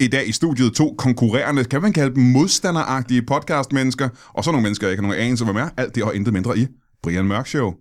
I dag i studiet 2 konkurrerende, kan man kalde dem modstanderagtige podcastmennesker, og så nogle mennesker, jeg ikke har nogen anelse om, hvad med. Alt det og intet mindre i Brian Mørk Show.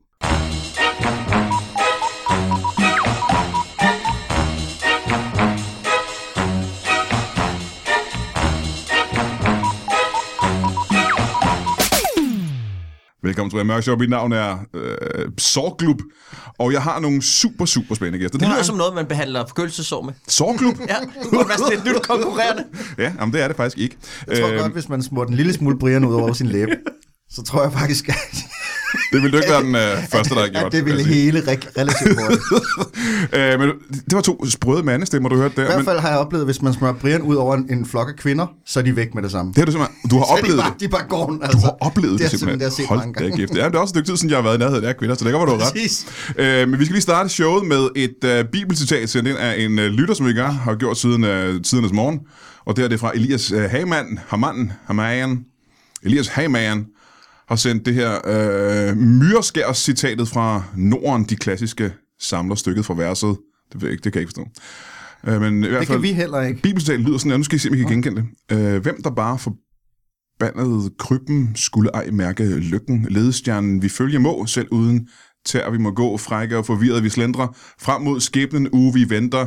Velkommen til Brian Mørk Show. Mit navn er Sårklub, og jeg har nogle super spændende gæster. Det lyder som noget, man behandler forkølelsessår med. Sårklub? Ja, det kunne være sådan lidt nyt konkurrerende. Ja, men det er det faktisk ikke. Jeg tror godt, hvis man smurte en lille smule Brian ud over sin læbe, så tror jeg faktisk, at det ville du ikke være den første, der har gjort. det ville hele relativt hurtigt. Men det var 2 sprøde mandestemmer, du hørte der. I hvert fald har jeg oplevet, hvis man smører Brian ud over en flok af kvinder, så er de væk med det samme. Det har du simpelthen. Du har oplevet det. De bare går, altså. Du har oplevet det simpelthen. Det Hold da kæft. Ja, det er også et stykke tid, siden jeg har været i nærheden af kvinder, så det kan være, du har ret. Men vi skal lige starte showet med et bibelcitat sendt ind af en lytter, som vi har gjort siden tidernes morgen. Og det er det fra Elias Hamayan. Elias Hamayan har sendt det her myreskærs-citatet fra Norden, de klassiske samler stykket fra verset. Det ved jeg ikke, det kan jeg ikke forstå. Men i hvert fald, kan vi heller ikke. Bibelcitatet lyder sådan, nu skal I se, om I kan genkende det. Hvem der bare forbandede krybben, skulle ej mærke lykken. Ledestjernen vi følge må, selv uden tær vi må gå, frække og forvirret vi slendrer. Frem mod skæbnen uge vi venter.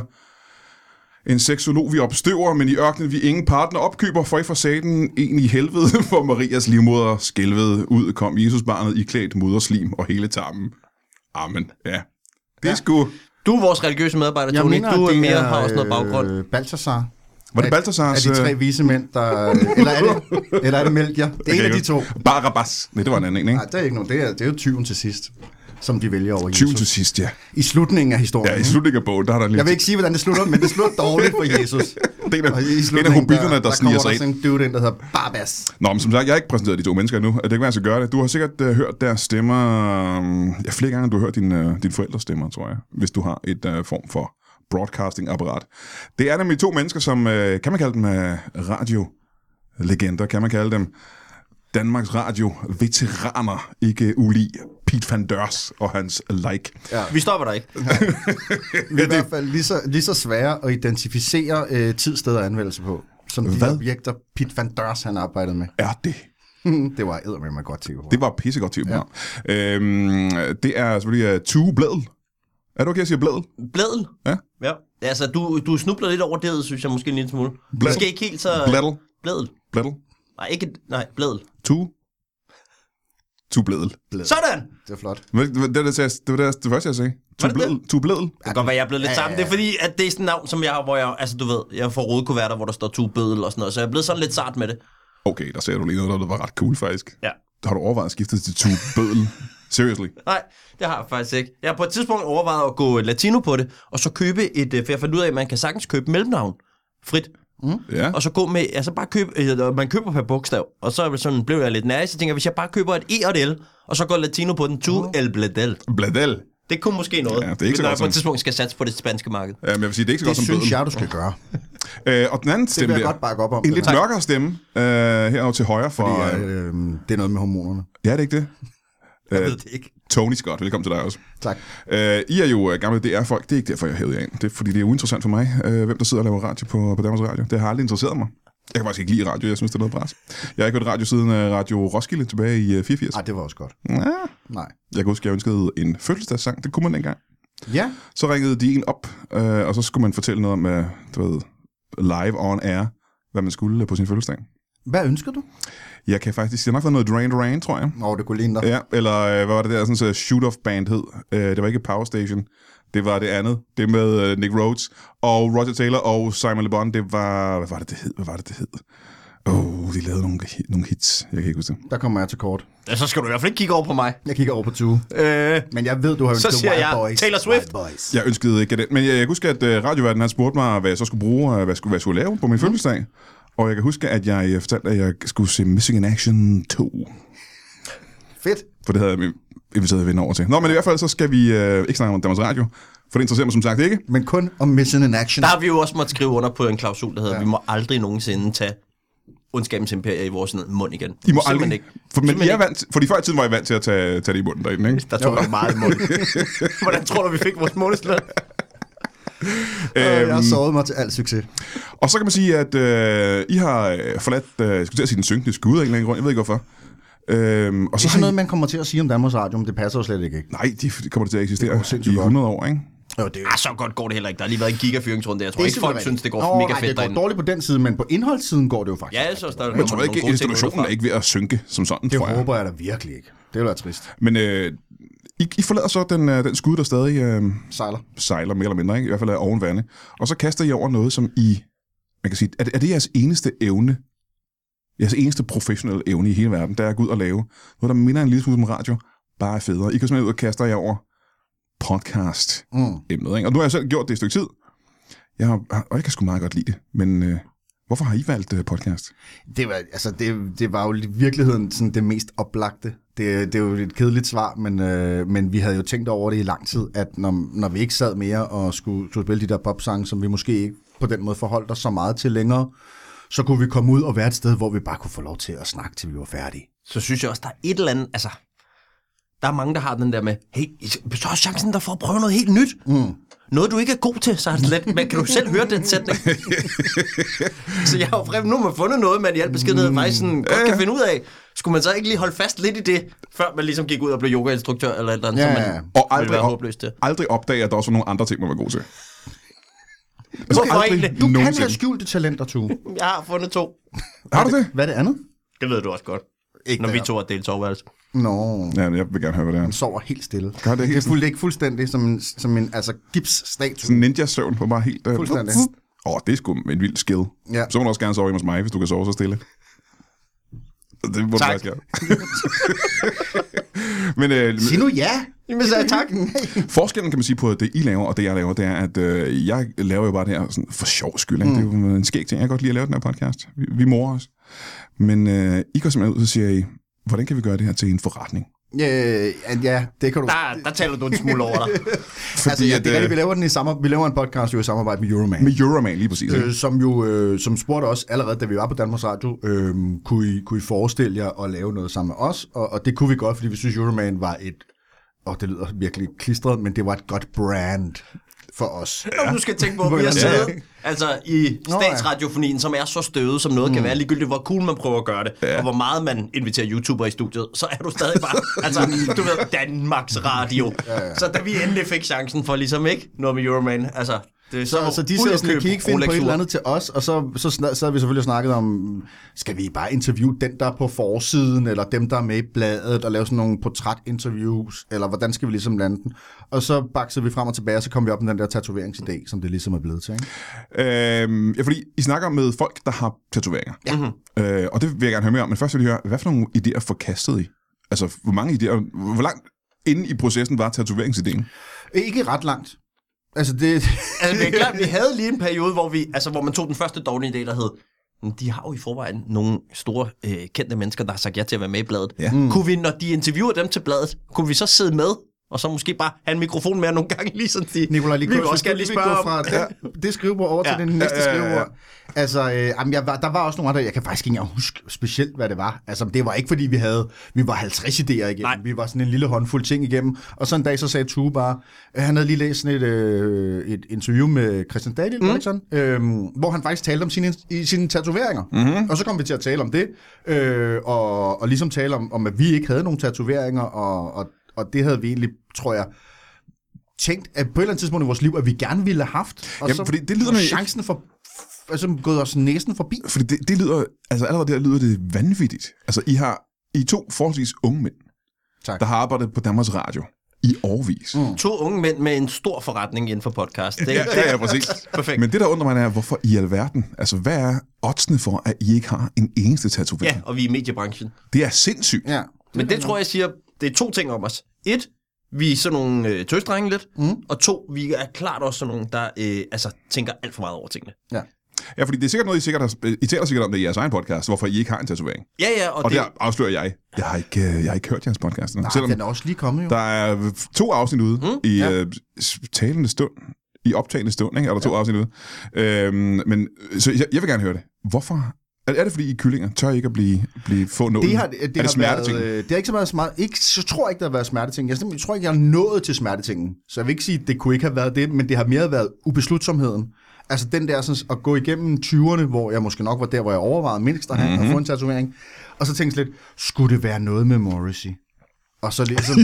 En seksolog vi opstøver, men i ørkenen vi ingen partner opkøber, for i facaden en i helvede, for Marias livmoder skælvede ud, kom Jesusbarnet i klædt moderslim og hele tarmen. Amen, ja. Det er sgu... Du er vores religiøse medarbejder, Tony. Mener, du er mere har også noget baggrund. Balthasar. Var det Balthasars... Er de 3 vise mænd, der... eller er det Melchior? Det er en af de 2. Barabbas. Nej, det var en anden, ikke? Nej, det er ikke nogen. Det er jo tyven til sidst, som de vælger over Jesus. Tyven til sidst, ja. I slutningen af historien. Ja, i slutningen af bogen, der har der lidt... Jeg vil ikke sige, hvordan det slutter, men det slutter dårligt for Jesus. Det er en af hobitterne, der sniger sig ind. Der kommer der dude ind, der hedder Barabbas. Nå, men som sagt, jeg har ikke præsenteret de 2 mennesker endnu. Det kan være, at jeg skal gøre det. Du har sikkert hørt deres stemmer... Ja, flere gange du har hørt dine forældres stemmer, tror jeg. Hvis du har et form for broadcasting-apparat. Det er nemlig 2 mennesker, som... kan man kalde dem radiolegender? Kan man kalde dem Danmarks Radio-veteraner? Ikke ulig Piet van Deurs og hans like. Ja. Vi stopper der ikke. Vi er i hvert fald lige så svære at identificere tid, sted og anvendelse på, som de objekter, Piet van Deurs han arbejdede med. Er det? Det var eddermame godt til. Det var pissegodt til. Ja. Det er selvfølgelig Tue Blædel. Er du okay at sige Blædel? Blædel? Ja. Ja. Altså, du snubler lidt over det, synes jeg måske en lille smule. Blædel. Måske ikke helt så... Blædel. Blædel. Blædel. Nej, Blædel. Tue Blædel. Sådan! Det er flot. Det var det første, jeg sagde. Tue Blædel. Det kan godt være, jeg er blevet lidt sammen. Det er fordi, at det er sådan et navn, som jeg har, hvor jeg... Altså, du ved, jeg får røde kuverter, hvor der står Tue Blædel og sådan noget. Så jeg er blevet sådan lidt sart med det. Okay, der ser du lige noget, der var ret cool, faktisk. Ja. Har du overvejet at skifte til Tue Blædel? Seriously? Nej, det har jeg faktisk ikke. Jeg har på et tidspunkt overvejet at gå latino på det, og så købe et... For jeg fandt ud af, at man kan sagtens købe mellemnavn frit. Ja. Og så gå med, altså bare købe, man køber per bogstav, og så sådan blev jeg lidt nær, så tænker jeg, hvis jeg bare køber et E og et L, og så går latino på den, Tue el Blædel. Blædel. Det kunne måske noget, ja, det er ikke så når godt jeg på et tidspunkt skal satse på det spanske marked. Ja, men jeg vil sige, det er ikke så det godt som Blædel. Det synes jeg, du skal gøre. Og den anden stemme det vil jeg godt bakke op om. En lidt mørkere stemme, herovre til højre for... Fordi, det er noget med hormonerne. Ja, det er ikke det? Jeg ved det ikke. Tony Scott, velkommen til dig også. Tak. I er jo gamle DR-folk, det er ikke derfor, jeg hævede jer ind. Det er fordi, det er uinteressant for mig, hvem der sidder og laver radio på Danmarks Radio. Det har aldrig interesseret mig. Jeg kan faktisk ikke lide radio, jeg synes, det er noget bras. Jeg har ikke hørt radio siden Radio Roskilde tilbage i 84. Nej, det var også godt. Ja. Nej. Jeg kan huske, jeg ønskede en fødselsdagssang, det kunne man dengang. Ja. Så ringede de en op, og så skulle man fortælle noget om, du ved, live on air, hvad man skulle på sin fødselsdag. Hvad ønsker du? Jeg kan faktisk... Det har nok været noget Duran Duran, tror jeg. Det kunne ligne dig. Ja, eller hvad var det der, sådan så shoot-off-band hed. Det var ikke Power Station. Det var det andet. Det med Nick Rhodes og Roger Taylor og Simon Le Bon. Det var... Hvad var det, det hed? De lavede nogle hits. Jeg kan ikke huske det. Der kommer jeg til kort. Ja, så skal du i hvert fald ikke kigge over på mig. Jeg kigger over på Tue. Men jeg ved, du har ønsket Wild Boys. Taylor Swift. Boys. Jeg ønskede ikke det. Men jeg kan huske, at radioverdenen han spurgte mig, hvad jeg så skulle bruge, hvad jeg skulle lave på min fødselsdag. Og jeg kan huske, at jeg fortalte, at jeg skulle se Missing in Action 2. Fedt. For det havde jeg inviteret venner over til. Nå, men i hvert fald så skal vi ikke snakke om Danmarks Radio. For det interesserer mig som sagt ikke. Men kun om Mission in Action. Der har vi jo også måttet skrive under på en klausul, der hedder, vi må aldrig nogensinde tage ondskabens imperie i vores mund igen. I må aldrig. Ikke. Fordi før i tiden var jeg vant til at tage det i munden derinde, ikke? Der tog det meget i munden. Hvordan tror du, vi fik vores månedsløn? Jeg har sovet mig til al succes. Og så kan man sige, at I har forladt, jeg skulle til at sige den synkende skud af en eller anden grund, jeg ved ikke hvorfor. Og Det så er sådan noget, man kommer til at sige om Danmarks Radio, men det passer jo slet ikke. Nej, de kommer til at eksistere sindssygt i godt. 100 år, ikke? Jo, det er jo Så godt går det heller ikke. Der har lige været en gigafyringsrunde. Jeg tror ikke, folk synes, det går mega fedt det går derinde. dårligt på den side, men på indholdssiden går det jo faktisk. Ja, jeg synes, der Men jeg tror ikke, institutionen er ikke ved at synke som sådan, Det tror jeg. håber jeg da virkelig ikke. Det vil være trist. Men I forlader så den skud, der stadig Sejler. mere eller mindre, ikke? I hvert fald er oven vande. Og så kaster I over noget, som man kan sige, er det jeres eneste evne, jeres eneste professionelle evne i hele verden, der er at gå ud og lave noget, der minder en lille smule om radio, bare er federe. I kan simpelthen ud og kaster jer over podcast-emnet, ikke? Og nu har jeg selv gjort det et stykke tid, og jeg kan sgu meget godt lide det, men hvorfor har I valgt podcast? Det var jo i virkeligheden sådan det mest oplagte. Det er jo et kedeligt svar, men vi havde jo tænkt over det i lang tid, at når vi ikke sad mere og skulle spille de der popsange, som vi måske ikke på den måde forholdt os så meget til længere, så kunne vi komme ud og være et sted, hvor vi bare kunne få lov til at snakke, til vi var færdige. Så synes jeg også, der er et eller andet, altså, der er mange, der har den der med, hey, så er chancen der for at prøve noget helt nyt. Noget, du ikke er god til, så er det let. Men kan du selv høre den sætning? Så jeg har jo nu har fundet noget, man i al beskedenhed faktisk sådan, godt kan finde ud af. Skulle man så ikke lige holde fast lidt i det, før man ligesom gik ud og blev yogainstruktør eller et eller andet, som man og ville være håbløs til? Aldrig opdage, at der også var nogle andre ting, man var god til. Hvorfor egentlig? Du kan have skjulte talenter, Tue. Jeg har fundet 2. Har du det? Hvad er det andet? Det ved du også godt. Ikke når vi 2 har delt soveværelse. Nå. Ja, jeg vil gerne høre, hvad det er. Han sover helt stille. Gør det helt det er ikke fuldstændig som en gipsstatue. Sådan en ninja-søvn på bare helt... Fuldstændig. Det er sgu en vild skill. Ja. Så må du også gerne sove hjemme hos mig, hvis du kan sove så stille. Det må du faktisk gøre. Men sig nu ja! Jamen så tak. forskellen, kan man sige, på det, I laver, og det, jeg laver, det er, at jeg laver jo bare det her sådan, for sjov skyld. Ikke? Det er jo en skæg ting. Jeg kan godt lide at lave den her podcast. Vi morer os. Men I går simpelthen ud, og siger I, hvordan kan vi gøre det her til en forretning? Ja, det kan du... Der taler du en smule over dig. Fordi det er rigtigt, vi laver en podcast jo i samarbejde med Euroman. Med Euroman, lige præcis. Som spurgte os allerede, da vi var på Danmarks Radio, kunne I forestille jer at lave noget sammen med os? Og det kunne vi godt, fordi vi synes, Euroman var det lyder virkelig klistret, men det var et godt brand for os. Ja. Du skal tænke på, at vi har siddet altså i statsradiofonien, som er så støvet, som noget kan være, ligegyldigt hvor cool man prøver at gøre det, og hvor meget man inviterer YouTuber i studiet, så er du stadig bare, altså, du ved, Danmarks Radio. Så da vi endelig fik chancen for ligesom ikke noget med Euroman, altså, det er så de sidder sådan, kan I ikke finde på et eller andet til os, og så sad vi selvfølgelig og snakket om, skal vi bare interviewe den, der er på forsiden, eller dem, der er med i bladet, og lave sådan nogle portrætinterviews, eller hvordan skal vi ligesom lande den? Og så baksede vi frem og tilbage, og så kom vi op med den der tatoveringsidé, som det ligesom er blevet til, ikke? Fordi I snakker med folk, der har tatoveringer. Ja. Og det vil jeg gerne høre mere om, men først vil jeg høre, hvad for nogle idéer forkastede I? Altså, hvor mange idéer, hvor langt inde i processen var tatoveringsidéen? Ikke ret langt. Altså, det er klart, vi havde lige en periode, hvor man tog den første dårlige idé, der hed, de har jo i forvejen nogle store kendte mennesker, der har sagt ja til at være med i bladet. Ja. Kunne vi, når de interviewer dem til bladet, kunne vi så sidde med, og så måske bare have en mikrofon med nogle gange, lige sådan sige, Nicolai, vi vil også gerne lige spørge fra det skrivebord over til den næste skrivebord. Altså, der var også nogle andre, jeg kan faktisk ikke engang huske specielt, hvad det var. Altså, det var ikke, fordi vi var 50 idéer igennem. Nej. Vi var sådan en lille håndfuld ting igennem. Og så en dag, så sagde Tue bare, han havde lige læst sådan et interview med Christian Daniel, hvor han faktisk talte om sine tatoveringer. Og så kom vi til at tale om det, og ligesom tale om, at vi ikke havde nogen tatoveringer, og det havde vi egentlig, tror jeg, tænkt, at på et eller andet tidspunkt i vores liv, at vi gerne ville have haft. Og så fordi det lyder chancen for altså gået os næsen forbi. Fordi det lyder, altså allerede der lyder det vanvittigt. Altså I er 2 forholdsvis unge mænd, der har arbejdet på Danmarks Radio i årevis. 2 unge mænd med en stor forretning inden for podcast. Ja, præcis. Perfekt. Men det, der undrer mig, er, hvorfor i alverden, altså hvad er oddsene for, at I ikke har en eneste tatovering? Ja, og vi er i mediebranchen. Det er sindssygt. Ja. Men det tror jeg siger, det er 2 ting om os. 1, vi er sådan nogle tøsdrenge lidt, og 2, vi er klart også sådan nogle, der tænker alt for meget over tingene. Ja. Ja, fordi det er sikkert noget, I taler sikkert om det i jeres egen podcast, hvorfor I ikke har en tatovering. Ja, og det afslører jeg. Jeg har ikke hørt jeres podcast. Nej, den er også lige kommet jo. Der er 2 afsnit ude i talende stund, i optagende stund, ikke? Er der 2 afsnit ude. Men så jeg vil gerne høre det. Hvorfor Er det fordi I kyllinger tør ikke at blive få nålen? Det har smerteting? Det har ikke så meget smerte. Jeg tror ikke, der har været smerteting. Jeg tror ikke, jeg har nået til smertetingen. Så jeg vil ikke sige, at det kunne ikke have været det, men det har mere været ubeslutsomheden. Altså den der sådan, at gå igennem 20'erne, hvor jeg måske nok var der, hvor jeg overvejede mindst at have at få en tatovering. Og så tænkte jeg lidt, skulle det være noget med Morrissey? Og så ligesom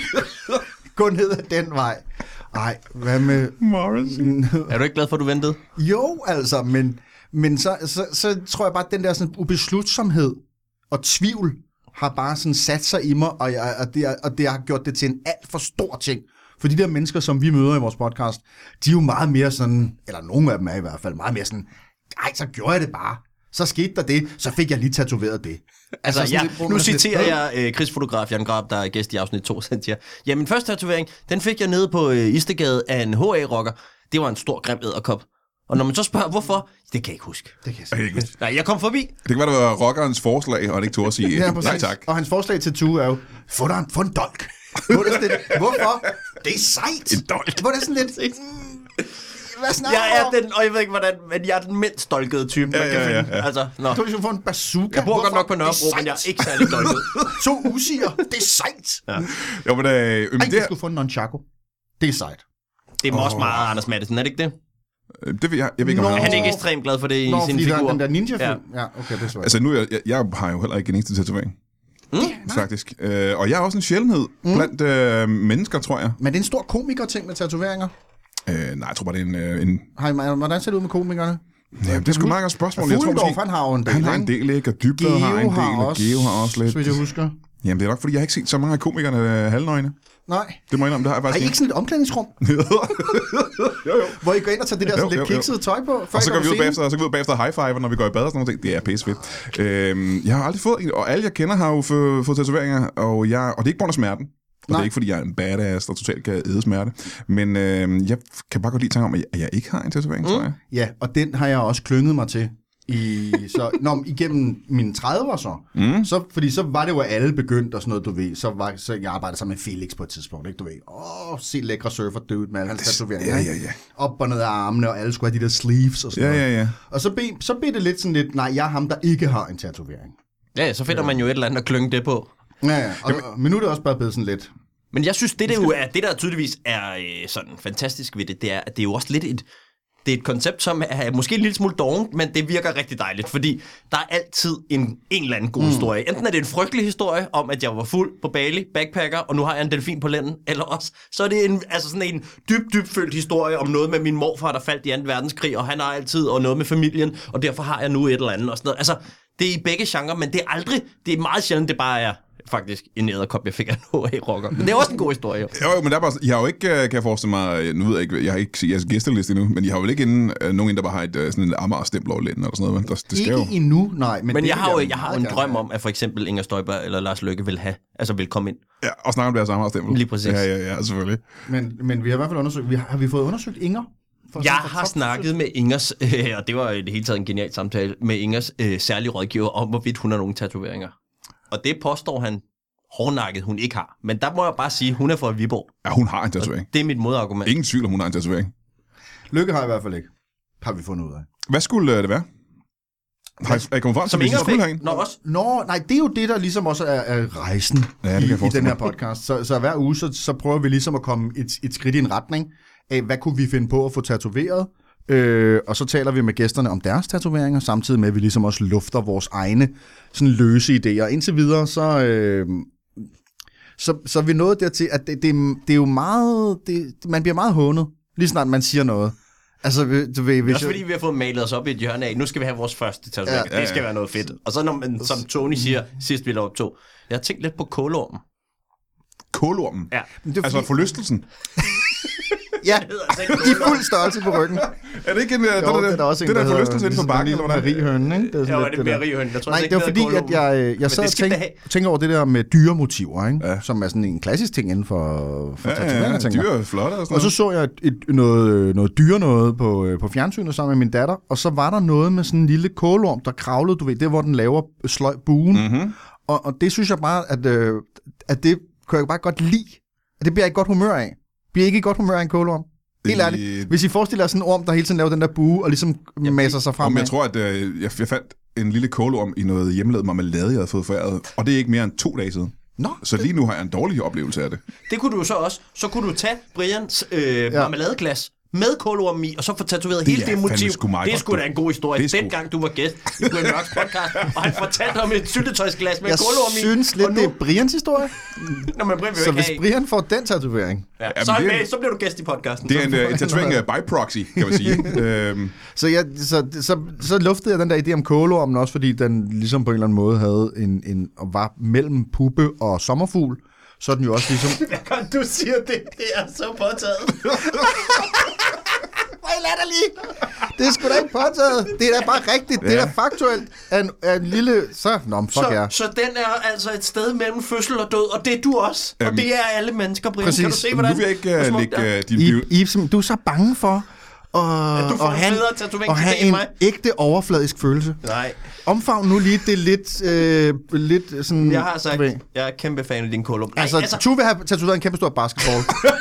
gå ned ad den vej. Ej, hvad med Morrissey? Er du ikke glad for, at du ventede? Jo, altså, men så tror jeg bare, at den der sådan ubeslutsomhed og tvivl har bare sådan sat sig i mig, og det har gjort det til en alt for stor ting. For de der mennesker, som vi møder i vores podcast, de er jo meget mere sådan, eller nogle af dem er i hvert fald, meget mere sådan, ej, så gjorde jeg det bare. Så skete der det, så fik jeg lige tatoveret det. Altså, nu citerer jeg krigsfotograf Jan Grab, der er gæst i afsnit 2, han siger, ja, min første tatovering, den fik jeg nede på Istegade af en HA-rocker. Det var en stor grim edderkop. Og når man så spørger, hvorfor, det kan jeg ikke huske. Det kan jeg ikke huske. Nej, jeg kom forbi. Det kan være, det var rockerens forslag, og det ikke tog at sige ja, nej tak. Og hans forslag til Tue er jo, få en dolk. Hvorfor? Det er sejt. En dolk. Hvor er det sådan lidt... Hvad snakker jeg er den, og jeg ved ikke hvordan, men jeg er den mindst dolkede type, man kan finde. Altså, du vil få en bazooka. Jeg bor godt nok på Nørrebro, men jeg er ikke særlig dolket. 2 usiger. Det er sejt. Ja. Jo, men du skulle få en nunchaku. Det er sejt. Det er også meget Anders Matthesen, er det ikke det? Det vil jeg ved ikke, om han er ikke ekstremt glad for det i sin figur. Den der ninja-film. Ja, okay, det er svært. Altså nu, jeg har jo heller ikke en eneste tatovering. Faktisk. Og jeg er også en sjældenhed blandt mennesker, tror jeg. Men det er en stor komiker-ting med tatoveringer? Nej, jeg tror bare, det er en... Hvordan ser det ud med komikerne? Ja, det er sgu meget godt spørgsmål. Jeg tror måske, han har en del, ikke? Og Dybvad har en del, og Geo har også lidt. Så jeg husker. Jamen, det er nok, fordi jeg har ikke set så mange af komikerne halvnøgne. Nej. Det må jeg indrømme, det har jeg faktisk ikke. Sådan et omklædningsrum? jo. Hvor I går ind og tager det der sådan lidt kiksede tøj på? Og så går vi ud bagefter high five, når vi går i bad og sådan noget. Det er pissefedt. Jeg har aldrig fået en, og alle jeg kender har jo fået tatoveringer, og det er ikke på grund af smerten. Og det er ikke, fordi jeg er en badass, der totalt kan æde smerte. Men jeg kan bare godt lide tanke om, at jeg ikke har en tatovering, tror jeg. Ja, og den har jeg også klynget mig til. Igennem mine 30'er så. Fordi så var det jo, at alle begyndte og sådan noget, du ved. Så jeg arbejdede sammen med Felix på et tidspunkt, ikke, du ved. Se lækre surfer dude med alle hans tatoveringer. Ja. Op og ned af armene, og alle skulle have de der sleeves og sådan noget. Ja. Og så blev det lidt sådan lidt, nej, jeg er ham, der ikke har en tatovering. Ja, så finder man jo et eller andet at klynge det på. Ja. Men nu er det også bare blevet sådan lidt... Men jeg synes, det der tydeligvis er sådan fantastisk ved det, det er, at det er jo også lidt det er et koncept, som er måske en lille smule dovent, men det virker rigtig dejligt, fordi der er altid en eller anden god historie. Enten er det en frygtelig historie om, at jeg var fuld på Bali, backpacker, og nu har jeg en delfin på lænden, eller også så er det sådan en dybt følt historie om noget med min morfar, der faldt i 2. verdenskrig, og han har altid, og noget med familien, og derfor har jeg nu et eller andet, og sådan noget. Altså, det er i begge genrer, men det er meget sjældent, det bare er faktisk en edderkop, jeg fik af en HA-rocker. Men det er også en god historie. Jo, men der er bare, jeg har jo ikke, kan jeg forestille mig, nu ved jeg ikke, jeg har ikke set jeres gæsteliste endnu, men I har jo ikke nogen, der bare har sådan en Amager-stempel over lænden eller sådan noget. Det skal ikke jo endnu, nej. Men jeg har jo en drøm om, at for eksempel Inger Støjberg eller Lars Løkke vil komme ind. Ja, og snakke om deres Amager-stempel. Lige præcis. Ja, selvfølgelig. Men vi har i hvert fald undersøgt, har vi fået undersøgt Inger? Jeg har snakket med Ingers, og det var i det hele taget en genial samtale, med Ingers særlige rådgiver om, hvorvidt hun har nogle tatoveringer. Og det påstår han hårdnakket, hun ikke har. Men der må jeg bare sige, hun er fra Viborg. Ja, hun har en tatovering. Det er mit modargument. Ingen tvivl om, hun har en tatovering. Lykke har i hvert fald ikke. Har vi fundet ud af. Hvad skulle det være? Er I kommet frem til, hvis I skulle have en? Nej, det er jo det, der ligesom også er rejsen i den her podcast. Så hver uge, så prøver vi ligesom at komme et skridt i en retning af, hvad kunne vi finde på at få tatoveret. Og så taler vi med gæsterne om deres tatoveringer, samtidig med, at vi ligesom også lufter vores egne sådan løse idéer. Indtil videre, så er vi nået dertil, at det er jo meget... man bliver meget hånet, lige snart man siger noget. Altså, du ved, det er også fordi, vi har fået malet os op i et hjørne af, nu skal vi have vores første tatovering. Ja. Det skal være noget fedt. Og så når man, som Tony siger, sidst vi lavede optog, jeg har tænkt lidt på kålormen. Kålormen? Ja. Altså forlystelsen? Ja, i fuld størrelse på ryggen. Er det ikke en... det der forlystelse inden for bakken, eller hvad? Mariehønen, ikke? Det er det Mariehønen. Nej, det var fordi, at jeg sad og tænkte over det der med dyremotiver, ikke? Ja. Som er sådan en klassisk ting inden for tatoveringer, tænker jeg. Dyre er flotte og sådan noget. Og så så jeg noget dyre noget på fjernsynet sammen med min datter, og så var der noget med sådan en lille kålorm, der kravlede, du ved, det hvor den laver sløj buen. Mm-hmm. Og det synes jeg bare, at det kan jeg bare godt lide. Det bliver jeg i godt humør af. Bliver ikke i godt humør af en kålorm? Helt ærligt. Hvis I forestiller jer sådan en orm, der hele tiden laver den der bue, og ligesom masser sig frem. Jeg tror, at jeg fandt en lille kålorm i noget hjemmelavet marmelade, jeg havde fået foræret, og det er ikke mere end 2 dage siden. Nå. Så lige nu har jeg en dårlig oplevelse af det. Det kunne du så også. Så kunne du tage Brians marmeladeglas med kålorm i, og så få tatoveret hele det motiv. Det er sgu da en god historie. Dengang du var gæst i Brian Mørks podcast, og han fortalte om et syltetøjsglas med kålorm i. Jeg synes lidt, det er Brians historie. Nå, men Brian så hvis Brian får den tatovering... Ja, så bliver du gæst i podcasten. Det er en tatovering by proxy, kan man sige. Så luftede jeg den der idé om kålormen også, fordi den ligesom på en eller anden måde havde og var mellem puppe og sommerfugl. Så er den jo også ligesom... Hver gang du siger det er så påtaget. Hvor er latterlig? Det er sgu da ikke påtaget. Det er da bare rigtigt. Ja. Det er da faktuelt. En lille... Så den er altså et sted mellem fødsel og død, og det er du også. Og det er alle mennesker, Brian. Præcis. Kan du se, hvordan... Nu vil jeg ikke lægge din... Ibsen, du er så bange for... du får en federe tatovering til det end mig. Ægte overfladisk følelse. Nej. Omfavn nu lige det lidt sådan... Jeg har sagt, jeg er kæmpe fan af din kålorm. Altså, du vil have tatoveret en kæmpe stor basketball.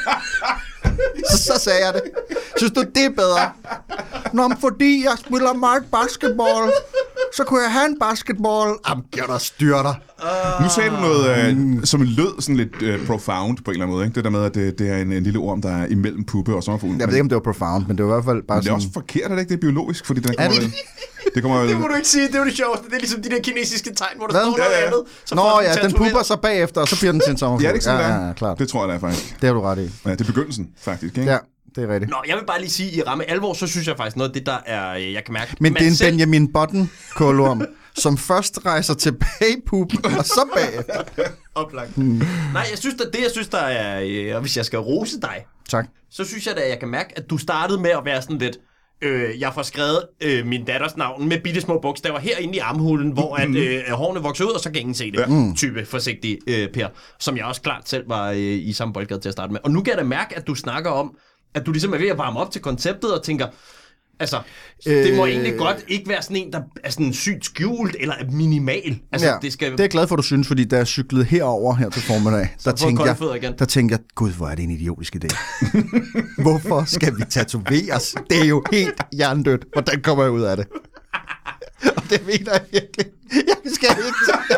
så sagde jeg det. Synes du, det er bedre? Nå, men fordi jeg spiller meget basketball, så kunne jeg have en basketball. Jamen, gør der styrter. Nu sagde du noget, som lød sådan lidt profound på en eller anden måde, ikke? Det der med, at det er en lille orm, der er imellem puppe og sommerfuglen. Jeg ved ikke, om det var profound, men det var i hvert fald bare sådan... Men det er også forkert, er det ikke? Det er biologisk, fordi den kommer... Det må du ikke sige, det er jo det sjoveste. Det er ligesom de der kinesiske tegn, hvor der står noget andet. Så den pupper sig bagefter, og så bliver den til en sommerfugl. Ja, det er ikke sådan, ja, klart. Det tror jeg, det er faktisk. Det har du ret i. Ja, det er begyndelsen, faktisk, ikke? Ja, det er rigtigt. Nå, jeg vil bare lige sige, i ramme alvor, så synes jeg faktisk noget af det, der er, jeg kan mærke... Men det er en Benjamin Button-kålorm, som først rejser tilbage puppen, og så bagefter. Oplagt. Nej, jeg synes, der er... Og hvis jeg skal rose dig, tak. Så synes jeg da, at jeg kan mærke, at du startede med at være sådan lidt... jeg får skrevet min datters navn med bittesmå bogstaver herinde i armhulen, hvor at hårene vokser ud, og så kan ingen se det. Type forsigtig Per, som jeg også klart selv var i samme boldgade til at starte med. Og nu kan jeg da mærke, at du snakker om, at du ligesom er ved at varme op til konceptet og tænker, altså, det må egentlig godt ikke være sådan en, der er sådan sygt skjult eller er minimal. Altså, ja, det er jeg glad for, du synes, fordi da jeg cyklede herover her til formiddag, der tænkte jeg, gud, hvor er det en idiotisk idé. Hvorfor skal vi tatoveres? Det er jo helt hjernedødt. Hvordan kommer jeg ud af det? Og det mener jeg virkelig. Jeg skal ikke.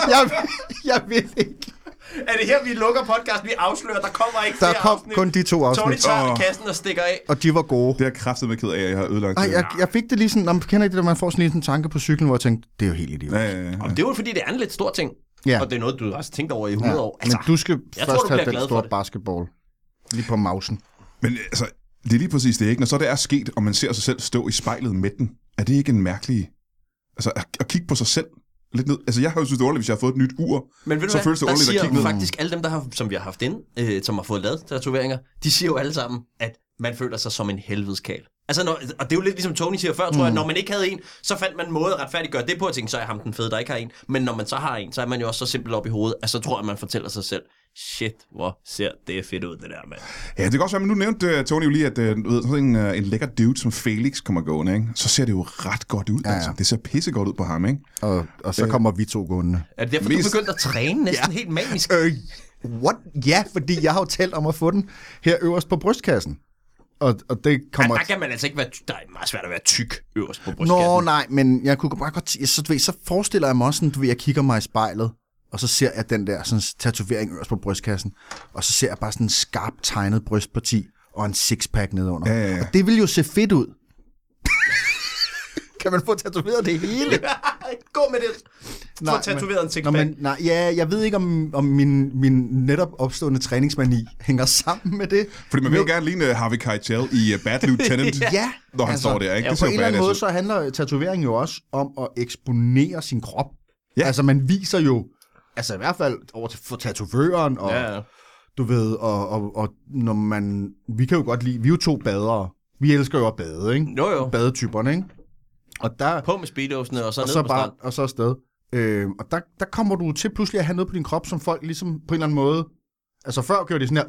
Jeg vil ikke. Er det her, vi lukker podcast, vi afslører, der kommer ikke flere afsnit? Der kom kun de 2 afsnit. Tony tør kassen og stikker af. Og de var gode. Det er kraftigt med ked af, jeg har ødelagt. Jeg fik det lige sådan, når man kender ikke det, man får sådan lige en tanke på cyklen, hvor jeg tænkte, det er jo helt idiotisk. Ja. Det er jo fordi, det er en lidt stor ting. Ja. Og det er noget, du også tænkt over i 100 år. Altså, men du skal først have den store basketball. Lige på mausen. Men altså, det er lige præcis det, ikke? Når så det er sket, og man ser sig selv stå i spejlet med den, er det ikke en mærkelig... Altså, at kigge på sig selv lidt ned. Altså, jeg har jo synes det ordentligt, hvis jeg har fået et nyt ur. Men så føles det ordentligt at kigge ned. Faktisk alle dem, som vi har haft inde, som har fået lavet tatoveringer, de siger jo alle sammen, at man føler sig som en helvedeskal. Altså, og det er jo lidt ligesom Tony siger før, tror jeg, når man ikke havde en, så fandt man en måde at retfærdiggøre det på at tænke, så er ham den fede, der ikke har en. Men når man så har en, så er man jo også så simpelt op i hovedet, at så tror jeg, man fortæller sig selv, shit, hvor ser det fedt ud, det der, mand. Ja, det kan også være, men nu nævnte Tony jo lige, at sådan en lækker dude som Felix kommer gående, ikke? Så ser det jo ret godt ud, altså. Det ser pissegodt ud på ham, ikke? Og så kommer vi 2 gående. Er det derfor, du begyndte at træne næsten helt manisk? What? Ja, fordi jeg har jo talt om at få den her øverst på brystkassen. Og det kommer... Der kan man altså ikke være... Der er meget svært at være tyk øverst på brystkassen. Nå, nej, men jeg kunne bare godt... Så forestiller jeg mig også sådan, jeg kigger mig i spejlet, og så ser jeg den der sådan, tatovering øverst på brystkassen, og så ser jeg bare sådan en skarpt tegnet brystparti og en sixpack nedenunder. Ja. Og det vil jo se fedt ud. Kan man få tatoveret det hele? Gå med det. Få tatoveret en sixpack. Jeg ved ikke, om min netop opstående træningsmani hænger sammen med det. Fordi man vil jo gerne ligne Harvey Keitel i Bad Lieutenant, ja, når han står der. Ikke? Ja, på en eller anden måde, så handler tatovering jo også om at eksponere sin krop. Ja. Altså, man viser jo, altså i hvert fald over for tatovøren, og du ved, og når man, vi kan jo godt lide, vi er jo 2 badere. Vi elsker jo at bade, ikke? Jo. Badetyperne, ikke? Og der, på med speedosene, og så ned på strand. Og så afsted. Og der kommer du til pludselig at have noget på din krop, som folk ligesom på en eller anden måde... Altså før gjorde de sådan her...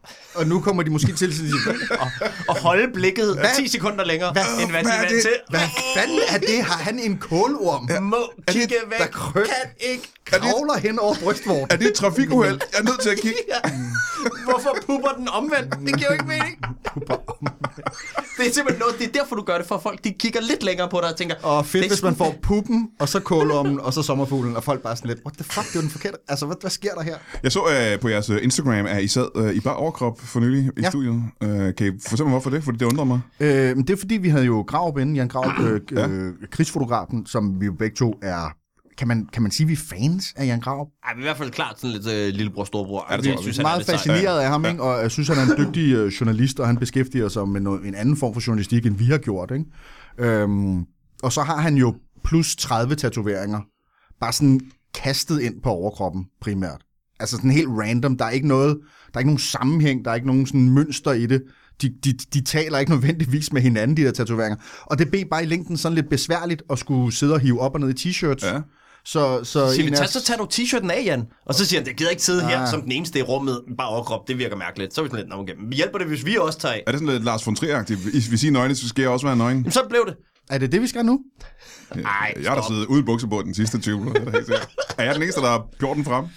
Og nu kommer de måske til og holde blikket 10 sekunder længere, end hvad de er vant til. Hvad fanden er det? Har han en kålorm? Må kigge væk, kan ikke. Kravler hen over brystvorten. Er det et trafikuheld? Jeg er nødt til at kigge. Hvorfor pupper den omvendt? Det giver jo ikke mening. Det er simpelthen noget, det er derfor, du gør det, for folk de kigger lidt længere på dig og tænker... Og fedt, hvis man får puppen, og så kålormen, og så sommerfuglen, og folk bare sådan lidt, what the fuck, det er den forkerte. Altså, hvad sker der her? Jeg så på jeres Instagram, at I sad i bare overkrop for nylig i studiet. Kan I fortælle mig, hvorfor det? Fordi det undrer mig. Det er fordi, vi havde jo Graup inde, Jan Graup, krigsfotografen, som vi jo begge to er... Kan man sige, at vi er fans af Jan Graup? Ej, vi er i hvert fald klart sådan lidt lillebror, storbror. Ja, Vi synes, meget fascineret af ham, ikke? Og jeg synes, han er en dygtig journalist, og han beskæftiger sig med en anden form for journalistik, end vi har gjort. Ikke? Og så har han jo plus 30 tatoveringer, bare sådan kastet ind på overkroppen primært. Altså sådan helt random. Der er ikke nogen sammenhæng, der er ikke nogen sådan mønster i det. De taler ikke nødvendigvis med hinanden, de der tatoveringer. Og det blev bare i længden sådan lidt besværligt at skulle sidde og hive op og ned i t-shirts. Ja. Så tager du t-shirten af, Jan. Og så siger han, jeg gider ikke sidde her som den eneste i rummet, bare overkrop. Det virker mærkeligt. Så er vi sådan lidt, vi hjælper det, hvis vi også tager af. Er det sådan lidt Lars von Trier-agtigt? Hvis vi siger nøgne, så skal jeg også være nøgne. Jamen, så blev det. Er det vi skal nu? Nej, jeg har da siddet ude i bukser på den sidste 20 minutter. Er jeg den eneste, der har gjort den frem?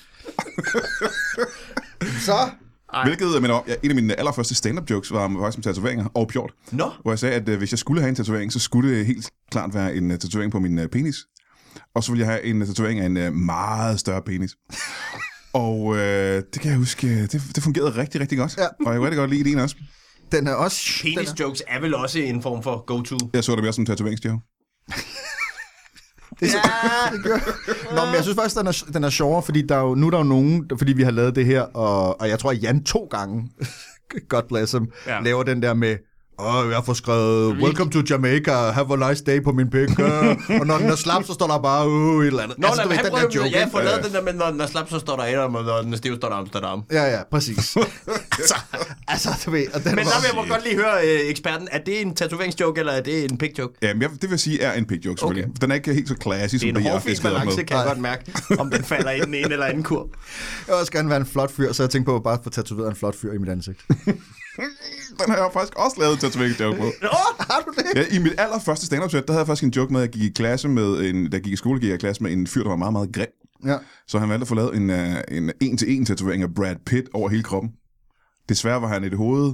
Så... Hvilket, en af mine allerførste stand-up jokes var faktisk med tatoveringer og pjort. No. Hvor jeg sagde, at hvis jeg skulle have en tatovering, så skulle det helt klart være en tatovering på min penis. Og så ville jeg have en tatovering af en meget større penis. Og det kan jeg huske, det fungerede rigtig, rigtig godt. Ja. Og jeg kunne rigtig godt lide den også. Den er også... Penis-jokes er vel også en form for go-to. Jeg så det mere som en tatoveringsjoke. Det Nå, men jeg synes faktisk, den er sjovere, fordi nu er der jo nogen, fordi vi har lavet det her, og jeg tror, at Jan 2 gange, God bless him, laver den der med, jeg får skrevet, welcome to Jamaica, have a nice day på min pik, og når den er slap, så står der bare, et eller andet. Nå, altså, han prøver, jeg får lavet den der, men når den er slap, så står der Adam, og når den er stiv, står der Amsterdam. Ja, præcis. altså, du ved, og den men der vil jeg godt lige høre eksperten, er det en tatoveringsjoke, eller er det en pik-joke? Ja, men det vil sige, er en pik-joke, selvfølgelig. Okay. Den er ikke helt så klassisk, som det er. Det er en hårfin balance, kan jeg godt mærke, om den falder i den ene eller anden kur. Jeg vil også gerne være en flot fyr, så jeg tænkte på at bare få tatoveret en flot fyr i mit ansigt. Den har jeg faktisk også lavet en tatoveringsjoke på. Har du det? Ja, i mit allerførste stand-up set, der havde jeg faktisk en joke med, at jeg gik i klasse med da jeg gik i skole, gik jeg i klasse med en fyr, der var meget, meget grim. Ja. Så han valgte at få lavet en en-til-en tatovering af Brad Pitt over hele kroppen. Desværre var han i det hoved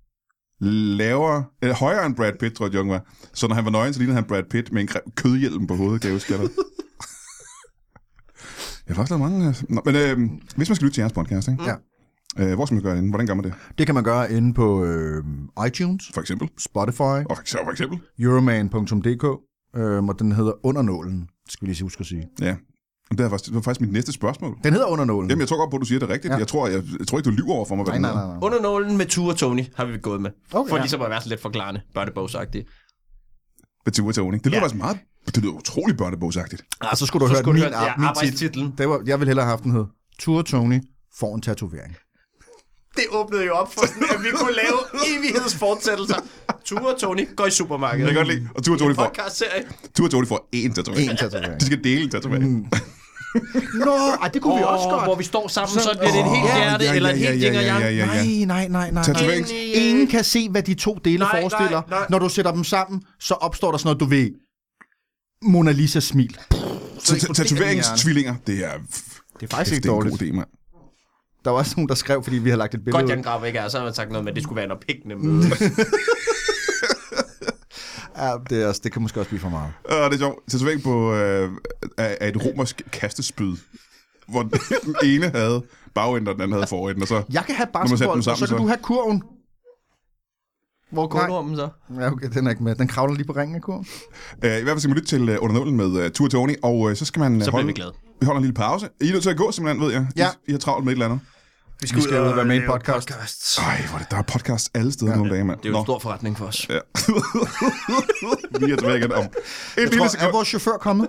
højere end Brad Pitt, tror jeg, var. Så når han var nøgen, så lignede han Brad Pitt med en kødhjelm på hovedet, kan jeg huske. Jeg har faktisk lavet mange... men hvis man skal lytte til jeres podcast, ikke? Ja. Hvor skal man gøre det? Hvordan gør man det? Det kan man gøre inde på iTunes. For eksempel. Spotify. Og for eksempel. Euroman.dk. Og den hedder Undernålen, skal vi lige huske at sige. Ja. Det var faktisk mit næste spørgsmål. Den hedder Undernålen. Jamen, jeg tror godt på, at du siger det rigtigt. Ja. Jeg tror ikke, du lyver over for mig. Nej. Undernålen med Ture Tony har vi gået med. Okay, for ligesom at være lidt forklarende, børnebogsagtigt. Med Ture Tony. Det lyder faktisk meget... Det lyder utroligt børnebogsagtigt. Så skulle du høre min arbejdstitlen. Jeg ville hellere have haft den hed Ture Tony får en tatovering. Det åbnede jo op for sådan, at vi kunne lave evighedsfortsættelser. Ture og Tony går i supermarkedet. Det kan godt lide. Og Ture og Tony får én tatovering. De skal dele en tatovering. Det kunne vi også godt. Hvor vi står sammen, så bliver det et helt hjerte, eller et helt yin og yang. Nej. Ingen kan se, hvad de to dele forestiller. Nej. Når du sætter dem sammen, så opstår der sådan noget, du ved, Mona Lisa smil. Tatoveringstvillinger, det er faktisk ikke dårligt. Det er en god idé, mand. Der var også nogen, der skrev, fordi vi har lagt et billede. Godt, Jan Graup ikke er, så har man sagt noget med, at det skulle være noget pikkende møde. Ja, det kan måske også blive for meget. Det er sjovt. Tatovering på af et romersk kastespyd, hvor den ene havde bagenden, og den anden havde forenden. Og så, jeg kan have basketball, og så kan du have kurven. Hvor går du om den så? Ja, okay, den er ikke med. Den kravler lige på ringen af kurven. I hvert fald skal man lytte til Undernålen med Ture Tony, og så skal man så bliver vi glade. Vi holder en lille pause. I er nødt til at gå, simpelthen, ved jeg. Ja. I har travlt med et eller andet. Vi skal ud og være med i en podcast. Der er podcast alle steder nogle dage, mand. Det er jo en stor forretning for os. Ja. Vi er tilbage igen om et lille sekund. Er vores chauffør kommet?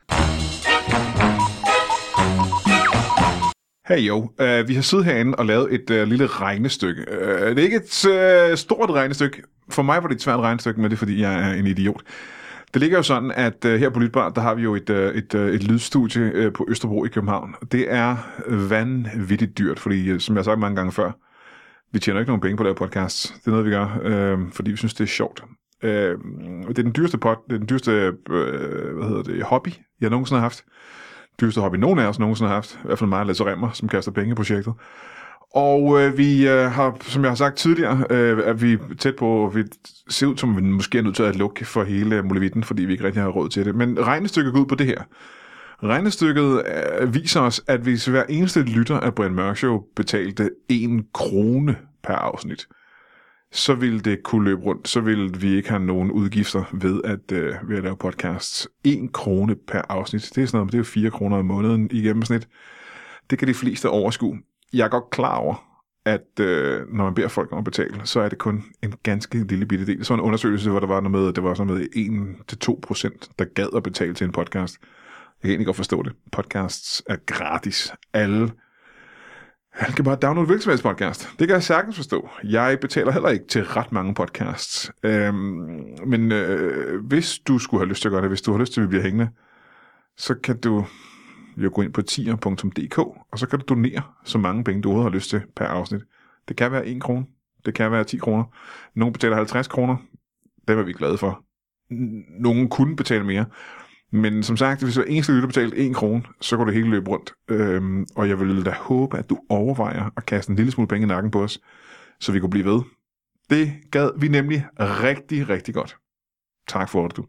Hey jo, vi har siddet herinde og lavet et lille regnestykke. Det er ikke et stort regnestykke. For mig var det et svært regnestykke, men det er fordi, jeg er en idiot. Det ligger jo sådan, at her på Lytbar, der har vi jo et lydstudie på Østerbro i København. Det er vanvittigt dyrt, fordi som jeg har sagt mange gange før, Vi tjener ikke nogen penge på at lave podcasts. Det er noget, vi gør, fordi vi synes, det er sjovt. Det er den dyreste hobby, jeg nogensinde har haft. Dyreste hobby, nogen af os nogensinde har haft. I hvert fald mig og Lasse Remmer, som kaster penge i projektet. Og vi har, som jeg har sagt tidligere, er vi tæt på, vi ser ud som, vi måske er nødt til at lukke for hele muligheden, fordi vi ikke rigtig har råd til det. Men regnestykket går ud på det her. Regnestykket viser os, at hvis hver eneste lytter af Brian Mørk Show betalte 1 krone per afsnit, så ville det kunne løbe rundt. Så ville vi ikke have nogen udgifter ved at lave podcasts. 1 krone per afsnit. Det er sådan noget, det er jo 4 kroner om måneden i gennemsnit. Det kan de fleste overskue. Jeg er godt klar over, at når man beder folk om at betale, så er det kun en ganske lille bitte del. Så en undersøgelse, hvor der var noget med, det var sådan med 1-2%, der gad at betale til en podcast. Jeg kan egentlig godt forstå det. Podcasts er gratis. Alle kan bare downloade hvilket podcast. Det kan jeg sagtens forstå. Jeg betaler heller ikke til ret mange podcasts. Men hvis du skulle have lyst til at gøre det, hvis du har lyst til, at vi bliver hængende, så kan du jo gå ind på tier.dk, og så kan du donere så mange penge, du overhovedet har lyst til per afsnit. Det kan være 1 krone. Det kan være 10 kroner. Nogle betaler 50 kroner. Dem er vi glade for. Nogle kunne betale mere. Men som sagt, hvis du eneste lytter betalte 1 krone, så går det hele løbe rundt. Og jeg vil da håbe, at du overvejer at kaste en lille smule penge i nakken på os, så vi kunne blive ved. Det gad vi nemlig rigtig, rigtig godt. Tak for det, du.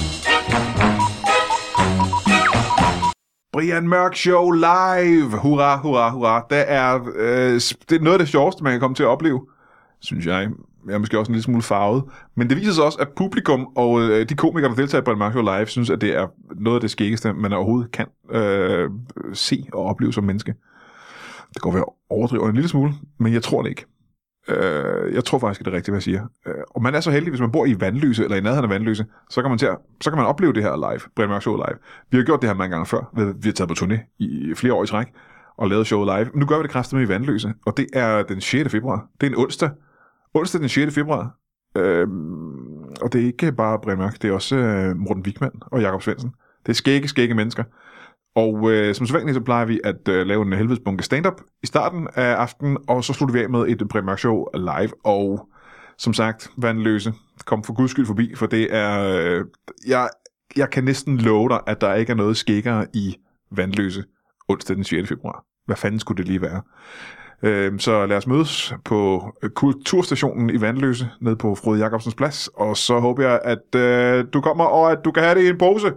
Brian Mørk Show live! Hurra, hurra, hurra. Det er noget af det sjoveste, man kan komme til at opleve, synes jeg. Jeg er måske også en lille smule farvet. Men det viser sig også, at publikum og de komikere, der deltager på Brian Mørk Show live, synes, at det er noget af det skæggeste, man overhovedet kan se og opleve som menneske. Det går ved at overdrive en lille smule, men jeg tror det ikke. Jeg tror faktisk, at det er rigtigt, hvad jeg siger. Og man er så heldig, hvis man bor i Vandløse, eller i nærheden af Vandløse, så kan man opleve det her live, Brian Mørk Show live. Vi har gjort det her mange gange før. Vi har taget på turné i flere år i træk, og lavet show live. Nu gør vi det kraftedeme i Vandløse, og det er den 6. februar. Det er en onsdag. Onsdag den 6. februar. Og det er ikke bare Brian Mørk, det er også Morten Wigman og Jakob Svendsen. Det er skægge mennesker. Og som sædvanligt, så plejer vi at lave en helvedesbunke stand-up i starten af aftenen, og så slutter vi af med et Brian Mørk Show live. Og som sagt, Vandløse, kom for guds skyld forbi, for det er... Jeg kan næsten love dig, at der ikke er noget skæggere i Vandløse onsdag den 6. februar. Hvad fanden skulle det lige være? Så lad os mødes på Kulturstationen i Vandløse, nede på Frode Jacobsens Plads, og så håber jeg, at du kommer, og at du kan have det i en pose.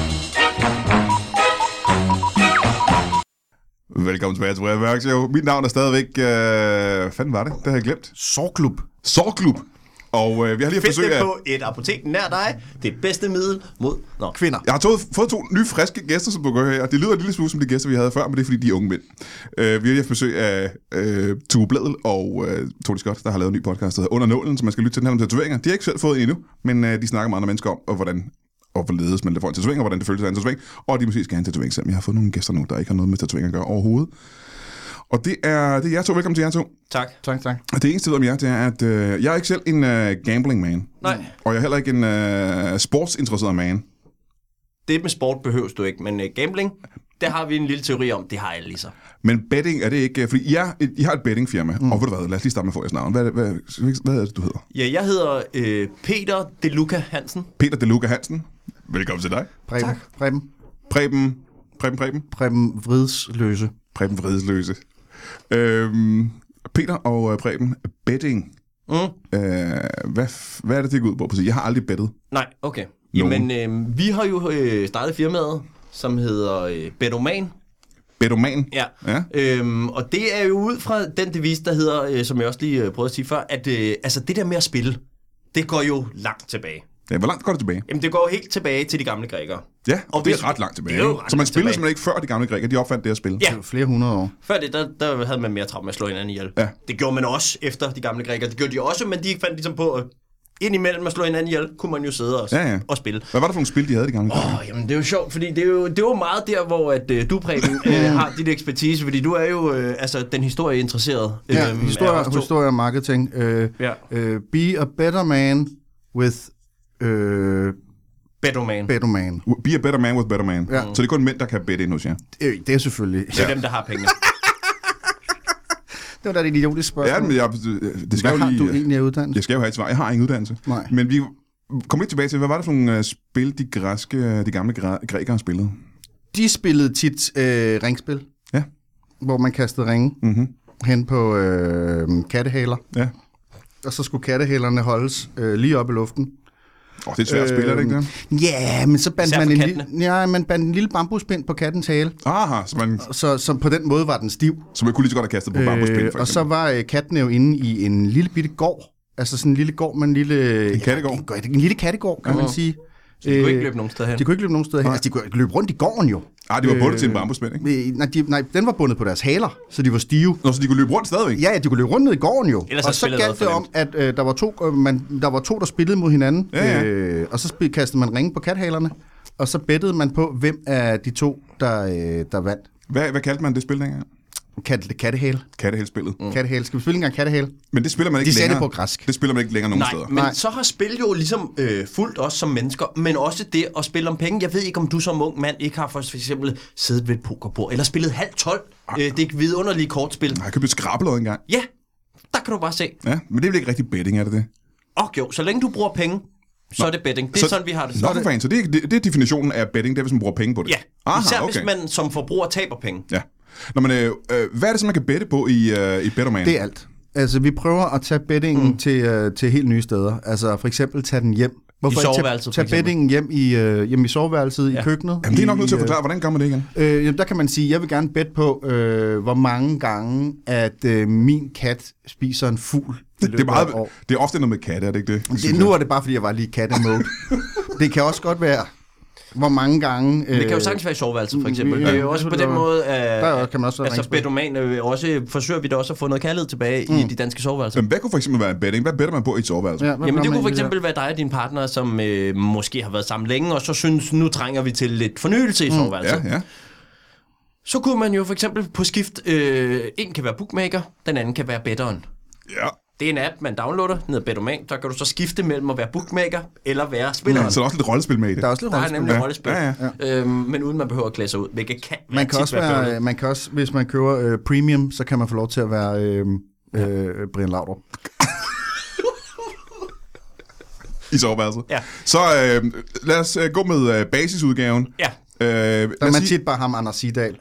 Velkommen tilbage til Brian Mørk Show. Mit navn er stadigvæk... fanden var det? Det har jeg glemt. Sårklub. Og vi har lige forsøgt at... på et apotek nær dig. Det bedste middel mod kvinder. Jeg har fået 2 nye friske gæster, som du går her. Det lyder en lille smule som de gæster, vi havde før, men det er fordi, de er unge mænd. Vi har lige haft besøg af Tue Blædel og Tony Scott, der har lavet en ny podcast, der hedder Under Nålen, så man skal lytte til den her om tatoveringer. De har ikke selv fået en endnu, men de snakker med andre mennesker om, og hvordan og hvorledes man får en tatovering, og hvordan det føles at have en tatovering. Og de måske skal have en tatovering selv. Jeg har fået nogle gæster nu, der ikke har noget med tatoveringer at gøre overhovedet. Og det er jer to. Velkommen til jer to. Tak. Og det eneste, jeg ved om jer, det er, at jeg er ikke selv en gambling man. Nej. Og jeg er heller ikke en sportsinteresseret man. Det med sport behøves du ikke, men gambling, der har vi en lille teori om. Det har alle lige så. Men betting er det ikke... Fordi I har et bettingfirma, og ved du hvad, lad os lige starte med at få jeres navn. Hvad er det, du hedder? Ja, jeg hedder Peter DeLuca Hansen. Peter DeLuca Hansen. Velkommen til dig. Preben Vridsløse. Preben Vridsløse. Peter og Preben, betting. Hvad er det går ud på? Jeg har aldrig bettet. Nej, okay. Jamen, vi har jo startet firmaet, som hedder Betoman. Betoman? Ja. Og det er jo ud fra den devise, der hedder, som jeg også lige prøvede at sige før, at altså det der med at spille, det går jo langt tilbage. Ja, hvor langt går det tilbage? Jamen, det går helt tilbage til de gamle grækere. Ja, og det er ret langt tilbage. Så man spillede simpelthen ikke før de gamle grækere, de opfandt det at spille? Ja. Flere hundrede år. Før det, der havde man mere travlt med at slå hinanden ihjel. Ja. Det gjorde man også efter de gamle grækere. Det gjorde de også, men de fandt ligesom på, at indimellem at slå hinanden ihjel, kunne man jo sidde og spille. Hvad var det for nogle spil, de havde, de gamle grækere? Jamen, det er jo sjovt, fordi det er jo meget der, hvor at, du, Preben, har dit ekspertise, fordi du er jo den historieinteresserede. Ja, historie og marketing. Be a better man with... Betoman. Be a better man with better man. Ja. Så det er kun mænd, der kan bette ind hos jer? Det er selvfølgelig. Det er dem, der har pengene. var da et idiotisk spørgsmål. Ja, men det skal Hvad har jo lige, du egentlig af uddannelse? Jeg skal jo have et svar. Jeg har ingen uddannelse. Nej. Men vi kommer lidt tilbage til, hvad var det for nogle spil, de gamle grækere spillede? De spillede tit ringspil. Ja. Hvor man kastede ringe hen på kattehaler. Ja. Og så skulle kattehalerne holdes lige op i luften. Det er et svært spil, er det ikke det? Ja, men så bandt man bandt en lille bambuspind på kattens hale. Aha, Så på den måde var den stiv. Så man kunne lige så godt have kastet på bambuspind, for eksempel. Og så var katten jo inde i en lille bitte gård. Altså sådan en lille gård med en lille... En kattegård? Ja, en lille kattegård, kan man sige. Så de kunne ikke løbe nogen steder hen? De kunne ikke løbe nogen steder hen. Altså, de kunne løbe rundt i gården jo. De var bundet til en bambuspind, ikke? Nej, den var bundet på deres haler, så de var stive. Nå, så de kunne løbe rundt stadigvæk? Ja, de kunne løbe rundt ned i gården jo. Ellers og så galt det om, at der var to, der spillede mod hinanden. Ja. Og så kastede man ringe på kathalerne. Og så bettede man på, hvem af de to, der vandt. Hvad kaldte man det spil dengang? Kattehale. Kattehælspillet. Kattehale. Skal vi spille engang kattehale? Men det spiller man ikke De sagde længere. det på græsk. Det spiller man ikke længere nogen steder. Men så har spil jo ligesom fulgt os som mennesker, men også det at spille om penge. Jeg ved ikke, om du som ung mand ikke har for eksempel siddet ved et pokerbord, eller spillet 11:30. Det er et vidunderligt kortspil. Jeg købte skrabelod engang. Ja, der kan du bare se. Ja, men det er vel ikke rigtig betting, er det det? Jo, så længe du bruger penge, så er det betting. Det er sådan, vi har det. Nå, for fanden. Så det er definitionen af betting, det er, hvis man bruger penge på det? Ja, aha, især hvis man som forbruger taber penge. Ja. Nå, men hvad er det så, man kan bette på i Betterman? Det er alt. Altså, vi prøver at tage bettingen til helt nye steder. Altså, for eksempel tage den hjem. Hvorfor I soveværelset, tage bettingen hjem i soveværelset, i køkkenet? Jamen, det er nok nødt til at forklare, hvordan gør man det igen? Jamen, der kan man sige, jeg vil gerne bette på, hvor mange gange, at min kat spiser en fugl. Det er ofte noget med katte, er det ikke det? Nu er det bare, fordi jeg var lige katte-mode. Det kan også godt være, hvor mange gange... Det kan jo sagtens være i soveværelset, for eksempel. Det er jo også på den måde, kan man også altså Betterman, også forsøger vi da også at få noget kærlighed tilbage i de danske soveværelser. Hvad kunne for eksempel være en betting? Hvad better man på i et soveværelse? Ja, Jamen det kunne for eksempel være dig og din partner, som måske har været sammen længe, og så synes, nu trænger vi til lidt fornyelse i soveværelset. Ja. Så kunne man jo for eksempel på skift, en kan være bookmaker, den anden kan være betteren. Ja. Det er en app, man downloader ned ad Betterman, så kan du så skifte mellem at være bookmaker eller være spilleren. Ja, så er der også lidt rollespil med i det. Der er også lidt rollespil. nemlig rollespil. Ja. Men uden man behøver at klæde sig ud, hvilket kan man kan også, hvis man køber premium, så kan man få lov til at være Brian Laudrup. I soveværelset. Ja. Så lad os gå med basisudgaven. Ja. Der er man tit bare ham, Anders Sidal.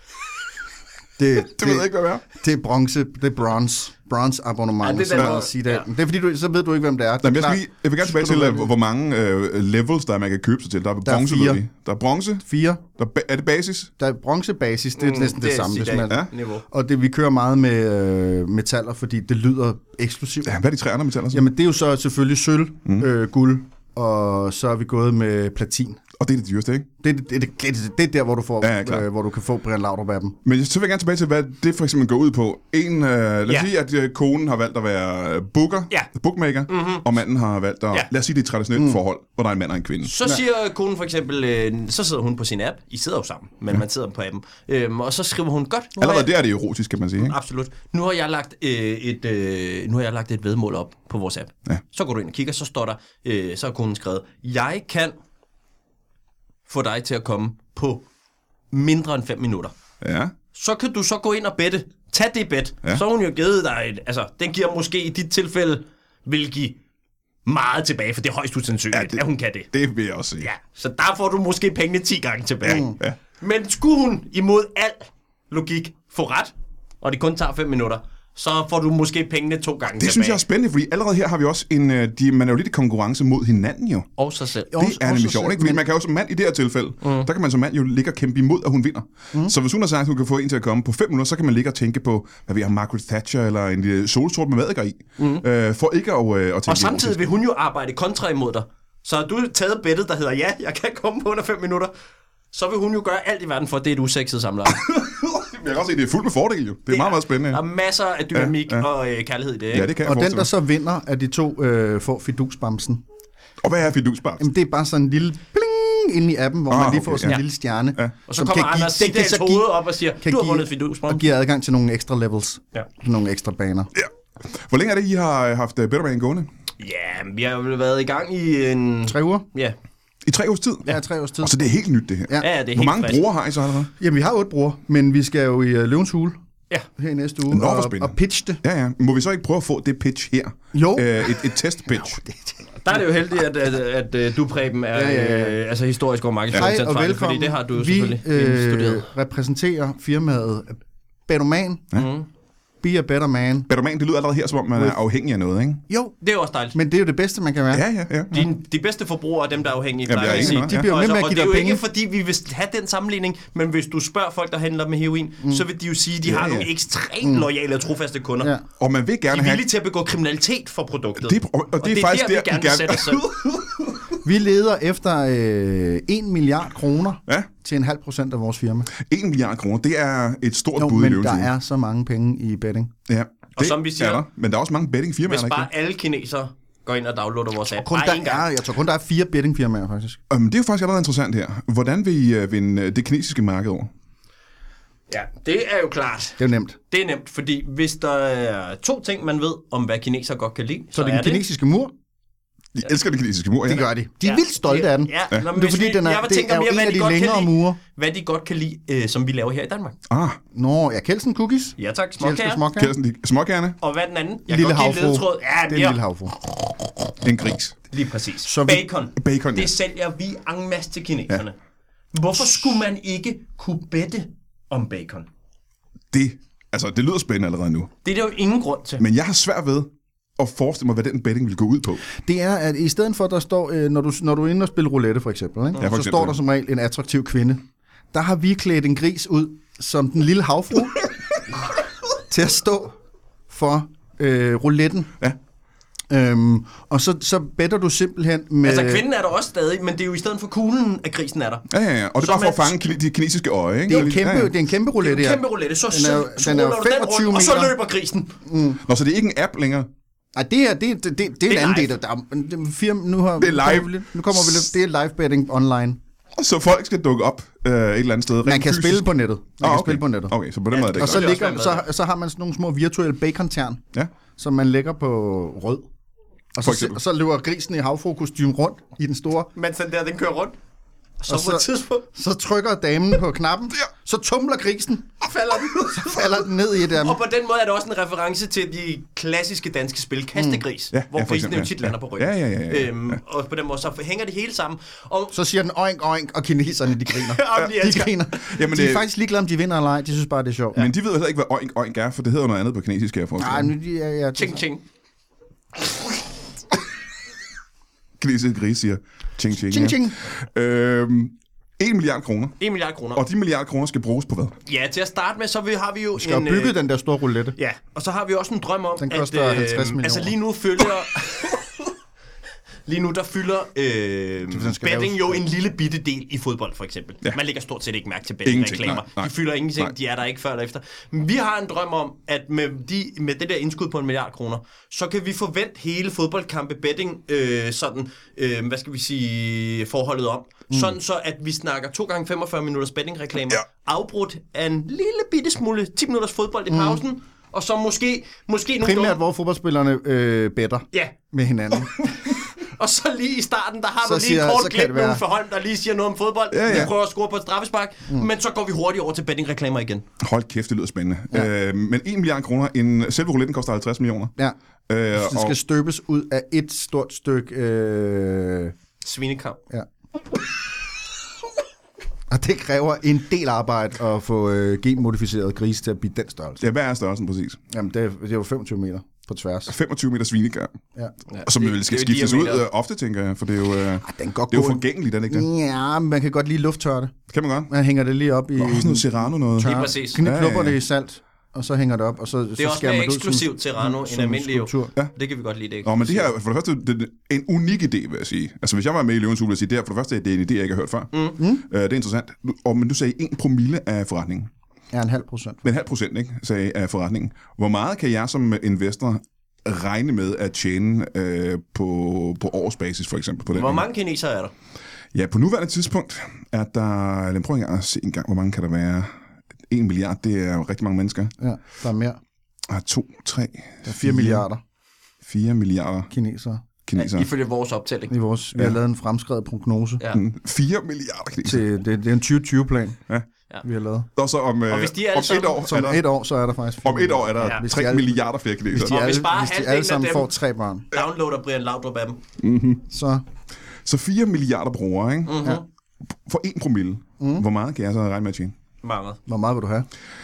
Det ved jeg ikke, hvad det er. Det er bronze, det er bronze abonnement. Det er det er fordi, så ved du ikke, hvem det er. Jeg vil gerne tilbage til, hvor mange levels, der man kan købe sig til. Der er bronze, der er 4. Der er bronze. 4. Er det basis? Der er bronzebasis, det er næsten det samme. Ja. Og vi kører meget med metaller, fordi det lyder eksplosivt. Ja, hvad er de 3 andre metaller så? Jamen, det er jo så selvfølgelig sølv, guld, og så er vi gået med platin. Og det er det dyreste, ikke? Det er der, hvor du får, hvor du kan få Brian Laudrup af dem. Men så vil jeg gerne tilbage til, hvad det for eksempel går ud på. Lad os sige, at konen har valgt at være bookmaker, og manden har valgt at... Lad os sige, det er et traditionelt forhold, hvor der er en mand og en kvinde. Så siger konen for eksempel, så sidder hun på sin app. I sidder jo sammen, men man sidder på appen. Og så skriver hun, godt. Allerede der er det erotisk, kan man sige, ikke? Absolut. Nu har jeg lagt et vedmål op på vores app. Ja. Så går du ind og kigger, så står der, så har konen skrevet, jeg kan få dig til at komme på mindre end 5 minutter. Ja. Så kan du så gå ind og bette. Tag det bet. Ja. Så har hun jo givet dig den giver måske i dit tilfælde, vil give meget tilbage, for det er højst usandsynligt, at hun kan det. Det vil jeg også sige. Ja, så der får du måske pengene 10 gange tilbage. Ja. Men skulle hun imod al logik få ret, og det kun tager 5 minutter, så får du måske pengene 2 gange tilbage. Det synes jeg er spændende, fordi allerede her har vi også man er jo lidt i konkurrence mod hinanden jo. Og sig selv. Det er nemlig sjovt, ikke? Fordi man kan jo som mand i det her tilfælde, der kan man som mand jo ligge og kæmpe imod, at hun vinder. Så hvis hun har sagt, at hun kan få en til at komme på 5 minutter, så kan man ligge og tænke på, hvad vi har Margaret Thatcher eller en solsort med madikker i. For ikke at tænke. Og samtidig vil hun jo arbejde kontra imod dig. Så har du taget bettet, der hedder, ja, jeg kan komme på under 5 minutter, så vil hun jo gøre alt i verden for, at det er et usekset samleje. Jeg kan også se, at det er fuldt med fordel jo. Det er meget, meget spændende. Der er masser af dynamik og kærlighed i det. Ikke? Ja, det kan og den, der så vinder af de 2, får fidusbamsen. Og hvad er fidusbamsen? Jamen, det er bare sådan en lille bling inde i appen, hvor man lige får sådan en lille stjerne. Ja. Og så kommer Anders Sidals hoved op og siger, du har vundet fidusbamsen. Og giver adgang til nogle ekstra levels. Ja. Nogle ekstra baner. Ja. Hvor længe er det, I har haft Betterman gående? Ja, vi har jo været i gang i 3 uger. Ja. I 3 års tid? Ja, 3 års tid. Og så det er helt nyt, det her. Ja, det er Hvor mange brugere har I så allerede? Jamen, vi har 8 brugere, men vi skal jo i Løvens Hule her i næste uge Nå, hvor spændende. og pitche det. Ja. Må vi så ikke prøve at få det pitch her? Jo. Et test-pitch. Der er det jo heldigt, at du, Preben, er altså historisk og markedsføring. Hej og velkommen. Fordi det har du selvfølgelig studeret. Repræsenterer firmaet Betterman. Be a better man. Betterman, det lyder allerede her, som om man er afhængig af noget, ikke? Jo, Det er jo også dejligt. men det er jo det bedste, man kan være. Ja. De bedste forbrugere er dem, der er afhængige. Jamen, jeg er enig med dig. De bliver ved med at Og give det er dig jo penge. ikke, fordi vi vil have den sammenligning, men hvis du spørger folk, der handler med heroin, så vil de jo sige, at de har nogle ekstremt loyale og trofaste kunder. Ja. Og man vil De gerne er have... villige til at begå kriminalitet for produktet. Og det er faktisk der, der, vi gerne I vil sætte os selv. Vi leder efter 1 milliard kroner Ja. til 0,5% af vores firma. 1 milliard kroner, det er et stort Jo, bud i men der løvetiden. er så mange penge i betting. Ja, Og som vi siger, er der. Men der er også mange bettingfirmaer, Hvis der bare alle kinesere går ind og downloader vores app, Jeg tror kun, der er 4 bettingfirmaer, faktisk. Det er jo faktisk allerede interessant her. Hvordan vil I vinde det kinesiske marked over? Ja, det er jo klart. Det er jo nemt. Det er nemt, fordi hvis der er 2 ting, man ved om, hvad kinesere godt kan lide, Så det er den kinesiske mur. De elsker det kinesiske mur, ja. Det gør de. De er vildt stolte af den. Ja, Men det er fordi, det er jo en af de længere mure. Hvad de godt kan lide, som vi laver her i Danmark. Nå, ja, Kelsen Cookies. Ja tak, De elsker småkager. småkager. Kelsen, småkærne, Og hvad er den anden? Lille kan godt lide havfrue. ledetråd. Ja, Det er en lille havfru. en gris. Lige præcis. Så Bacon. Bacon, ja. Det sælger vi en masse til kineserne. Hvorfor skulle man ikke kunne bette om bacon? Det lyder spændende allerede nu. Det er der jo ingen grund til. Men jeg har svært ved at forestille mig, hvad den betting vil gå ud på. Det er, at i stedet for, der står, når du er inde og spiller roulette, for eksempel, ikke? Ja, for så eksempel. står der som regel en attraktiv kvinde. Der har vi klædt en gris ud som den lille havfru til at stå for rouletten. Ja. Og så better du simpelthen med... Altså, kvinden er der også stadig, men det er jo i stedet for kuglen, at grisen er der. Ja. Og det er bare for at fange de kinesiske øje, ikke? Det er en kæmpe roulette, Det er ja. en kæmpe roulette. Så Den er jo ruller du den 25 rundt, og så meter. løber grisen. Nå, så det er ikke en app længere. Ej, det er en anden live. del. Nu Det er live. Nu kommer vi lidt... Det er live betting online. Så folk skal dukke op et eller andet sted. Man kan spille på nettet. Okay, så på den måde er det Og ikke. så har man sådan nogle små virtuelle bacon-tern, Ja. som man lægger på rød. Og For eksempel. så løber grisen i havfrukostyme rundt i den store. Mens den kører rundt. Og Og så på et tidspunkt så trykker damen på knappen, så tumler grisen, falder den. så falder den ned i det. Og på den måde er det også en reference til de klassiske danske spil, kastegris, Ja, hvor for grisen jo eksempel, tit ja. lander på ryggen. Ja. Og på den måde så hænger det hele sammen. Og Så siger den oink, oink, og kineserne, de griner. Ja, de elsker. griner. Jamen, De er det- faktisk ligeglade, om de vinder eller ej. De synes bare, det er sjovt. Men de ved heller ikke, hvad oink oink er, for det hedder noget andet på kinesisk, kan jeg forestille Nej, mig. men de er... ching ching. Kinesiske grise siger ching ching. Ching, ching. 1 milliard kroner. 1 milliard kroner. Og de milliarder kroner skal bruges på hvad? Ja, til at starte med, så har vi jo Vi skal jo bygge den der store roulette. Ja, og så har vi også en drøm om, Den koster 50 millioner. Altså lige nu følger... Lige nu, der fylder den skal betting laves. jo en lille bitte del i fodbold, for eksempel. Ja. Man lægger stort set ikke mærke til Ingenting, betting-reklamer. nej. De fylder ingenting, Nej. de er der ikke før eller efter. Men vi har en drøm om, at med det der indskud på 1 milliard kroner, så kan vi forvente hele fodboldkampe betting, hvad skal vi sige, forholdet om. Sådan så, at vi snakker 2 gange 45 minutters betting-reklamer, afbrudt af en lille bitte smule 10 minutters fodbold i pausen, og så måske nogle Primært, hvor fodboldspillerne better Ja, med hinanden. og så lige i starten, der har Så du lige siger- et kort så kan klip det med være- Uffe Holm, der lige siger noget om fodbold. Ja. Vi prøver at score på et straffespark, men så går vi hurtigt over til betting-reklamer igen. Hold kæft, det lyder spændende. Men 1 milliard kroner, selve rouletten koster 50 millioner. Ja. Øh, Det skal støbes ud af et stort stykke... Svinekamp. Ja. Og det kræver en del arbejde at få genmodificeret grise til at blive den størrelse. Ja, hvad er størrelsen præcis? Jamen, det er jo 25 meter på tværs. 25 meter svinekær. Ja. Som vel skal det er jo skiftes ud diameter. ofte, tænker jeg, for det er jo, Den kan godt det er jo gå forgængeligt, er det ikke det? Ja, men man kan godt lige lufttørre det. Kan man godt? Man hænger det lige op i... Også noget Serrano noget. Lige præcis. Knipper Ja. det i salt, og så hænger det op, og så Det er også skærer mere man det ud eksklusivt til Rano end almindelig jo. skulptur. Det kan vi godt lide, det er Nå, men det her, eksklusivt. for det første, det er en unik idé, vil jeg sige. Altså, hvis jeg var med i Løvens Hule, vil jeg sige, det her, for det første, det er en idé, jeg ikke har hørt før. Det er interessant. Men du sagde 1 promille af forretningen. Ja, 0,5%. Men 0,5%, ikke, sagde af forretningen. Hvor meget kan jeg som investor regne med at tjene på årsbasis, for eksempel? På den Hvor her? mange kinesere er der? Ja, på nuværende tidspunkt er der... Lad mig prøve engang at se en gang, hvor mange kan der være. 1 milliard, det er jo rigtig mange mennesker. Ja, der er mere. 2, 3... Der er 4 milliarder 4 milliarder kinesere. kinesere. Ifølge vores optælling. Vi har lavet en fremskrevet prognose. Ja. 4 milliarder kinesere. Det er en 2020-plan. Ja. vi har lavet. Og så om, Og hvis de er om alle et år, Som er der, et år, så er der faktisk... om et år er der Ja. 3 milliarder flere kinesere. hvis bare hvis de halvdelen alle af sammen dem- får 3 børn, Downloader Brian Laudrup af dem. så... Så 4 milliarder brugere, ikke? Mm-hmm. Ja. For 1 promille. Hvor meget kan jeg så regne med at tjene? Mange. Hvor meget vil du have?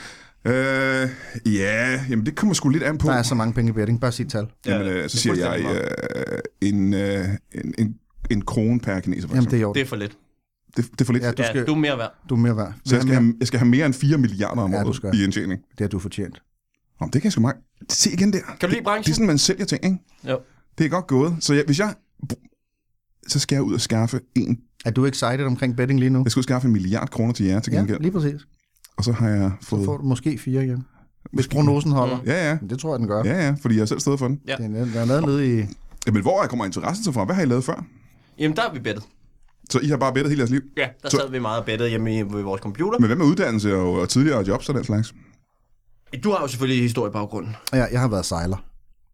Ja, jamen det kommer sgu lidt an på. Der er så mange penge i betting. Bare sig et tal. Jamen, Ja, så det siger er jeg en krone per kineser, for Jamen, det eksempel. er jo Det er for lidt. Det er for lidt. Ja, Du er mere værd. du er mere værd. Så jeg skal have mere end 4 milliarder om Ja, du året skal. i indtjening. Det har du fortjent. Om det kan jeg sgu meget. Se igen der. Kan du lide Det branchen? er sådan, man sælger ting, ikke? Jo. Det er godt gået. Så så skal jeg ud og skaffe Er du excited omkring betting lige nu? Jeg skulle skaffe 1 milliard kroner til jer til Ja, gengæld. lige præcis. Og så har jeg Så fået... får du måske 4 igen. Hvis prognosen holder. Ja, Det tror jeg, den gør. ja, fordi jeg har selv stået for den. Ja. Den er lavet ned i... Jamen, hvor kommer interessen så fra? Hvad har I lavet før? Jamen, der er vi bettet. Så I har bare bettet hele jeres liv? Ja, der Så- sad vi meget og bettet hjemme ved vores computer. Men hvad med uddannelse og tidligere jobs og den slags? Du har jo selvfølgelig historiebaggrunden. Ja, jeg har været sejler.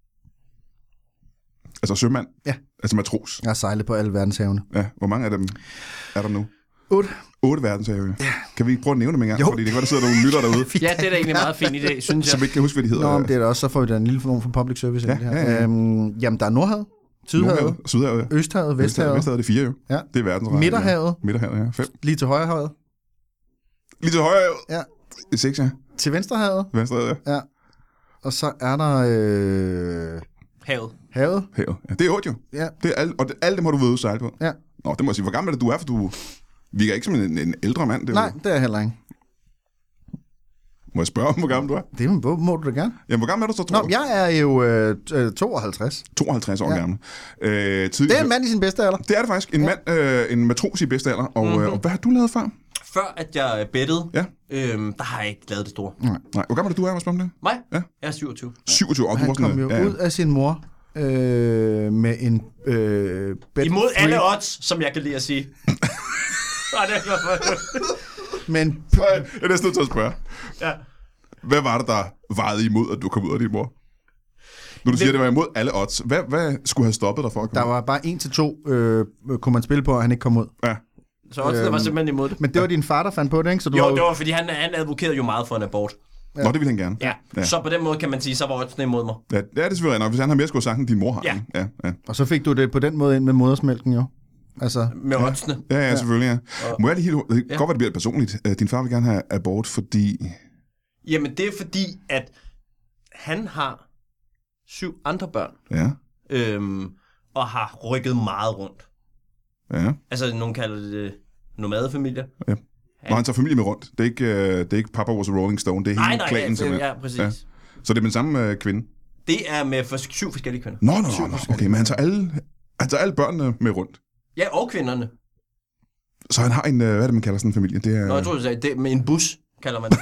Altså sømand? Ja. Altså matros? Jeg har sejlet på alle verdenshavene. Ja. Hvor mange af dem er der nu? 8. 8 verdenshave. Ja. Kan vi ikke prøve at nævne dem engang? Jo. Fordi det kan være, der sidder nogle lytter derude, Ja, det er da egentlig en meget fin idé, synes jeg. som ikke kan huske, hvad de hedder. Nå, men det er da også, så får vi da en lille form for public service. Ja, ind i det her. ja, ja. Jamen, der er Nordhavet, Sydhavet, Sydhavet, ja. Østhavet, Vesthavet, Vesthavet, det er 4 jo. Ja. Det er verdenshavet. Midterhavet, Ja. Midterhavet, ja. 5. lige til højrehavet, Lige til højre, ja. det er 6, ja. til venstrehavet, Venstrehavet, ja. ja. Og så er der Havet. havet, Havet. Ja, det er 8 jo. ja. Det er alle dem har du været ude at sejle på. Ja. Nå, det må jeg sige. Hvor gammel er det, du er? For du virker ikke som en ældre mand. Det er Nej, jo- det er jeg heller ikke. Må jeg spørge om, hvor gammel du er? Det må du da gerne. Jamen, hvor gammel er du så, tror Nå, du? jeg er jo 52. 52 år Ja. gammel. Det er en mand i sin bedste alder. Det er det faktisk. En mand, en matros i bedste alder. Og hvad har du lavet før? Før at jeg bettede, Ja. der har jeg ikke lavet det store. Nej. Hvor gammel er du, må jeg spørge om det? Mig? Ja. Jeg er 27. 27 år. Du Han var sådan, kom jo ja. ud af sin mor med en bet Imod free- alle odds, som jeg kan lide at sige. Nej, det er godt. Men Jeg er næsten nødt til at spørge. Ja. Hvad var det, der vejede imod, at du kom ud af din mor? Når du siger, at det var imod alle odds. Hvad skulle have stoppet dig for at der komme ud? var bare 1-2, kunne man spille på, og han ikke kom ud. Ja. Så oddsene var simpelthen imod det. Men det var din far, der fandt på det, ikke? Så du Jo, har det var fordi, han advokerede jo meget for en abort. Nå, det ville han gerne. Ja. Ja. Så på den måde kan man sige, så var oddsene imod mig. Ja, det er det selvfølgelig nok. Hvis han har mere skulle have sagt, end din mor har. Ja. Ikke? Ja. Og så fik du det på den måde ind med modersmælken, jo. Altså, Med oddsene. Ja, selvfølgelig, ja. Må jeg lige helt... Det kan godt være, det bliver personligt. Din far vil gerne have abort, fordi... Jamen, det er fordi, at han har 7 andre børn, Ja, og har rykket meget rundt. ja. Altså, nogen kalder det nomadefamilier. Ja. Når han tager familie med rundt. Det er ikke Papa was a Rolling Stone. Det er hele klanen, ja, simpelthen. ja, præcis. Ja. Ja. Så det er den samme kvinde? Det er med 7 forskellige kvinder. Nå. Okay, men han tager alle børnene med rundt. Ja, og kvinderne. Så han har en... Hvad er det, man kalder sådan en familie? Det er... Nå, jeg tror, du sagde, det med en bus, kalder man det.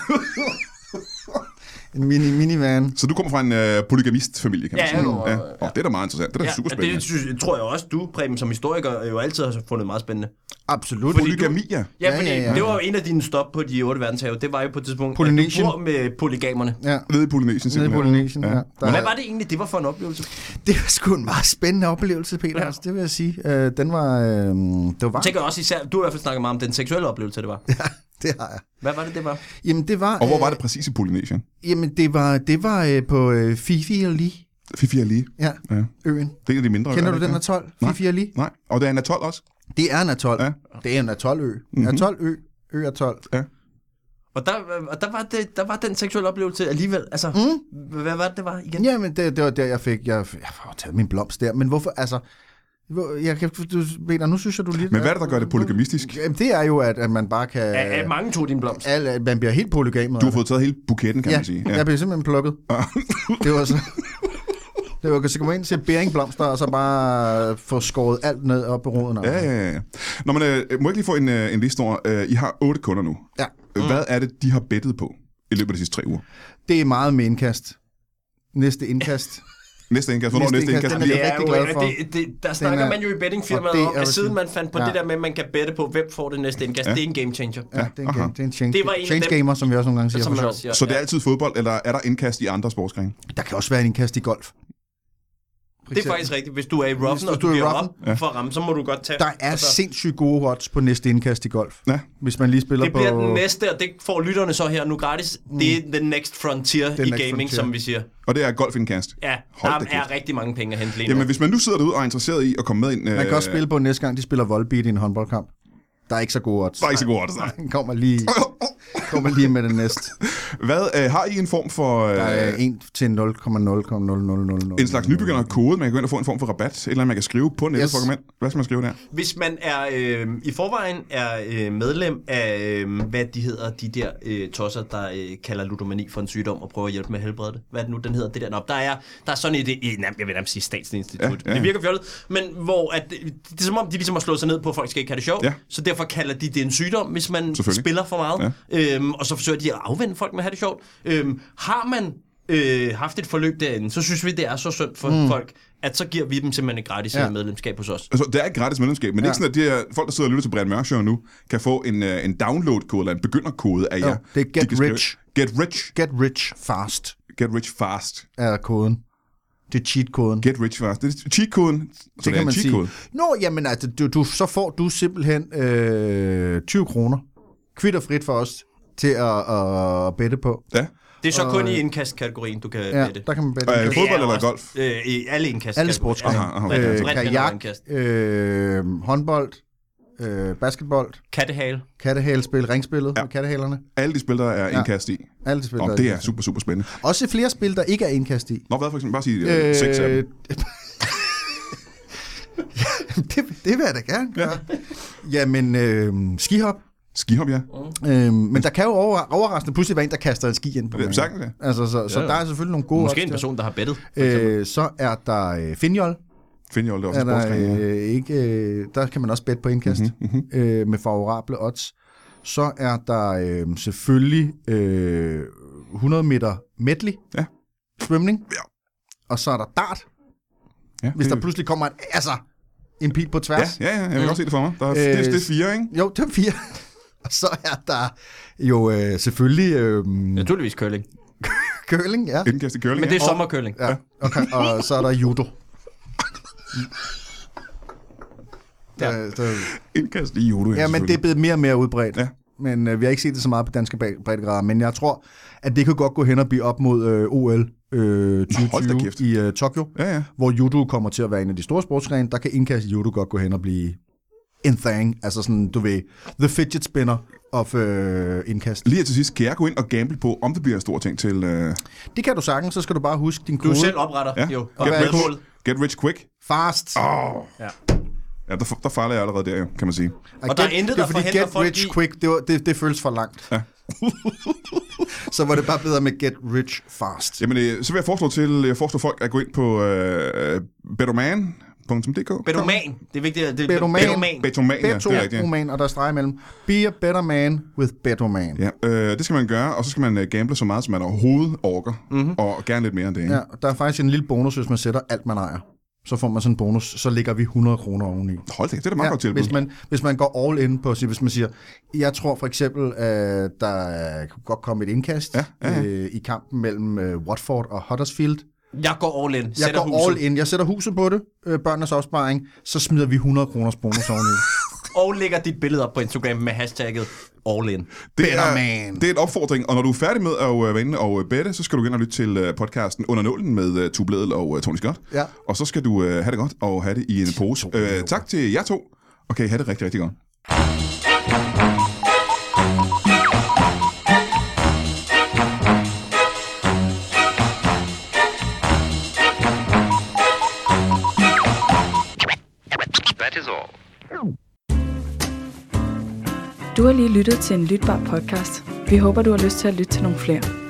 en minivan. Så du kommer fra en polygamist-familie, kan man Ja, sige? jo, Ja. Og det er da meget interessant. Det er da super og spændende. det tror jeg også, du, Preben, som historiker, jo altid har fundet meget spændende. Absolut. Polygami, ja. Ja, fordi Ja. det var jo en af dine stop på de 8 verdenshave. Det var jo på et tidspunkt, Polynesien. at du bor med polygamerne. Ja, Nede i Polynesien, nede i simpelthen. Polynesien, ja. Ja. Hvad var det egentlig, det var for en oplevelse? Det var sgu en meget spændende oplevelse, Peter. Ja. Altså, det vil jeg sige. Den var... det var Jeg tænker også især, du har i hvert fald snakket meget om den seksuelle oplevelse, det var. Ja, det har jeg. Hvad var det var? Jamen, det var... Og hvor var det præcis i Polynesien? Jamen, det var på Fifi Ali. Fifi Ali. Ja, Ja. øen. Det er en af de mindre. Kender øer, du den ikke? atol? Nej. Fifi Ali? Nej. Og det er en atol også? Det er en atol. Ja. Det er en atolø. Atolø. Ø-atol. Ja. Og der var den seksuelle oplevelse alligevel. Altså, hvad var det var igen? Jamen, det var der, jeg har taget min blomst der. Men hvorfor, altså... Peter, nu synes jeg, du lige... Men hvad er det, der gør det polygamistisk? Jamen, det er jo, at man bare kan... At mange tog din blomst. At man bliver helt polygamet. Du har fået taget hele buketten, kan ja, man sige. jeg blev simpelthen plukket. Det var så... Det var så komme ind til bæringblomster, og så bare få skåret alt ned op på roden. Ja. Nå, men må jeg ikke lige få en liste over? I har 8 kunder nu. Ja. Hvad er det, de har bettet på i løbet af de sidste 3 uger? Det er meget med indkast. Næste indkast. Næste indkast. Hvornår Næste næste indkast, indkast? den er bliver? jeg rigtig glad for. Der snakker er- man jo i bettingfirmaet og det om, er at jo siden sådan- man fandt på ja. det der med, at man kan bette på, hvem får det næste indkast. Ja. Det er en game changer. Ja, det er en, aha. game, det er en change, Det var en af change dem- gamer, som vi også nogle gange siger. Som For man sjov. også siger. Så det er altid fodbold, eller er der indkast i andre sportsgrene? Der kan også være en indkast i golf. Det er faktisk rigtigt. Hvis du er i roughen, og du bliver op for at ramme, så må du godt tage... Der er sindssygt gode odds på næste indkast i golf. Ja. Hvis man lige spiller det på... Det bliver den næste, og det får lytterne så her nu gratis. Det er the next frontier i gaming, frontier. Som vi siger. Og det er golfindkast. Ja, der er rigtig mange penge at hente lige nu. Jamen, hvis man nu sidder derude og er interesseret i at komme med ind... Man kan også spille på næste gang, de spiller voldbeat i en håndboldkamp. Der er ikke så gode odds. Der er ikke så gode odds, nej. Kommer lige med det næste. Hvad, har I en form for... Der er 1 til 0,0,0000. En slags nybegynderkode, man kan gå ind og få en form for rabat, et eller andet, man kan skrive på nettet for at komme ind. Hvad skal man skrive der? Hvis man er i forvejen er medlem af, hvad de hedder, de der tosser, der kalder ludomani for en sygdom og prøver at hjælpe med at helbrede det. Hvad er det nu, den hedder? Det der. Der er sådan et, jeg vil nærmest sige statsinstitut. Ja. Det virker fjollet, men hvor at, det er som om, de ligesom har slået sig ned på, at folk skal ikke have det sjovt. Ja. Så derfor kalder de det en sygdom, hvis man spiller for meget. Ja. Og så forsøger de at afvende folk med at have det sjovt. Har man haft et forløb derinde, så synes vi, det er så synd for folk, at så giver vi dem simpelthen et gratis medlemskab hos os. Altså, det er et gratis medlemskab, men det er ikke sådan, at de her folk, der sidder og lytter til Brian Mørk Show nu, kan få en download-kode eller en begynderkode af jer. Det er Get Rich. Get Rich. Get Rich Fast. Get Rich Fast. Er koden. Det er cheat-koden. Get Rich Fast. Det er cheat-koden. Det kan man sige. Nå, jamen altså, så får du simpelthen 20 kroner kvitterfrit for os til at bette på. Ja. Det er så kun i indkastkategorien, du kan bette. Der kan man bette. Fodbold eller golf? I alle indkast. Alle sportsgrene. Kajak, håndbold, basketball. Kattehalespil, ringspillet med kattehalerne. Alle de spil, der er indkast i. Alle de spil, der det er super, super spændende. Også flere spil, der ikke er indkast i. Nå, hvad for eksempel? Bare sige 6 af dem. det vil jeg da gerne gøre. Ja. Jamen, skihop. Skihop, ja. Men der kan jo overraskende pludselig være en, der kaster en ski ind på mig. Sagtens det. Altså, så der er selvfølgelig nogle gode... Måske en person, der har bettet. Så er der finjol. Finjol, det er også en sportsgren. Der kan man også bette på indkast med favorable odds. Så er der selvfølgelig 100 meter medley svømning. Ja. Og så er der dart. Ja, hvis der pludselig kommer en pil på tværs. Ja, jeg kan godt se det for mig. Det er 4, ikke? Jo, det er 4. Og så er der jo selvfølgelig... Naturligvis curling. Curling, ja. Indkast i curling, men det er sommercurling. Ja. Okay. Og så er der judo. Indkast i judo, ja, men det er blevet mere og mere udbredt. Ja. Men vi har ikke set det så meget på danske breddegrader. Men jeg tror, at det kan godt gå hen og blive op mod OL 2020 i Tokyo, hvor judo kommer til at være en af de store sportsgrene. Der kan indkast i judo godt gå hen og blive en thing. Altså sådan, du ved, the fidget spinner of indkast. Lige til sidst, kan jeg gå ind og gamble på, om det bliver en stor ting til... Det kan du sagtens, så skal du bare huske din kode. Du selv opretter. Ja. Jo. Get rich quick. Fast. Ja, der fejler jeg allerede der, kan man sige. Og der er intet, der forhindrer folk Get rich quick, det føles for langt. Ja. Så var det bare bedre med Get Rich Fast. Jamen, så vil jeg foreslå folk at gå ind på betterman.dk. Betoman. Det er vigtigt. Betoman, og der er streg imellem. Be a better man with Betoman. Ja, det skal man gøre, og så skal man gamble så meget, som man overhovedet orker, og gerne lidt mere end det. Ikke? Ja, der er faktisk en lille bonus, hvis man sætter alt, man ejer. Så får man sådan en bonus, så lægger vi 100 kroner oveni. Hold det er da meget godt tilbud. Hvis man går all in på, hvis man siger, jeg tror for eksempel, at der kunne godt komme et indkast i kampen mellem Watford og Huddersfield. Jeg går all in. Jeg sætter huset på det, børnenes opsparing, så smider vi 100 kroners bonus oveni. Og lægger dit billede op på Instagram med hashtagget all in. Det er en opfordring, og når du er færdig med at være inde og bette, så skal du ind og lytte til podcasten Under Nålen med Tue Bledel og Tony Scott. Ja. Og så skal du have det godt og have det i en pose. Tak til jer to, og kan I have det rigtig, rigtig godt. That is all. Du har lige lyttet til en lytbar podcast. Vi håber, du har lyst til at lytte til nogle flere.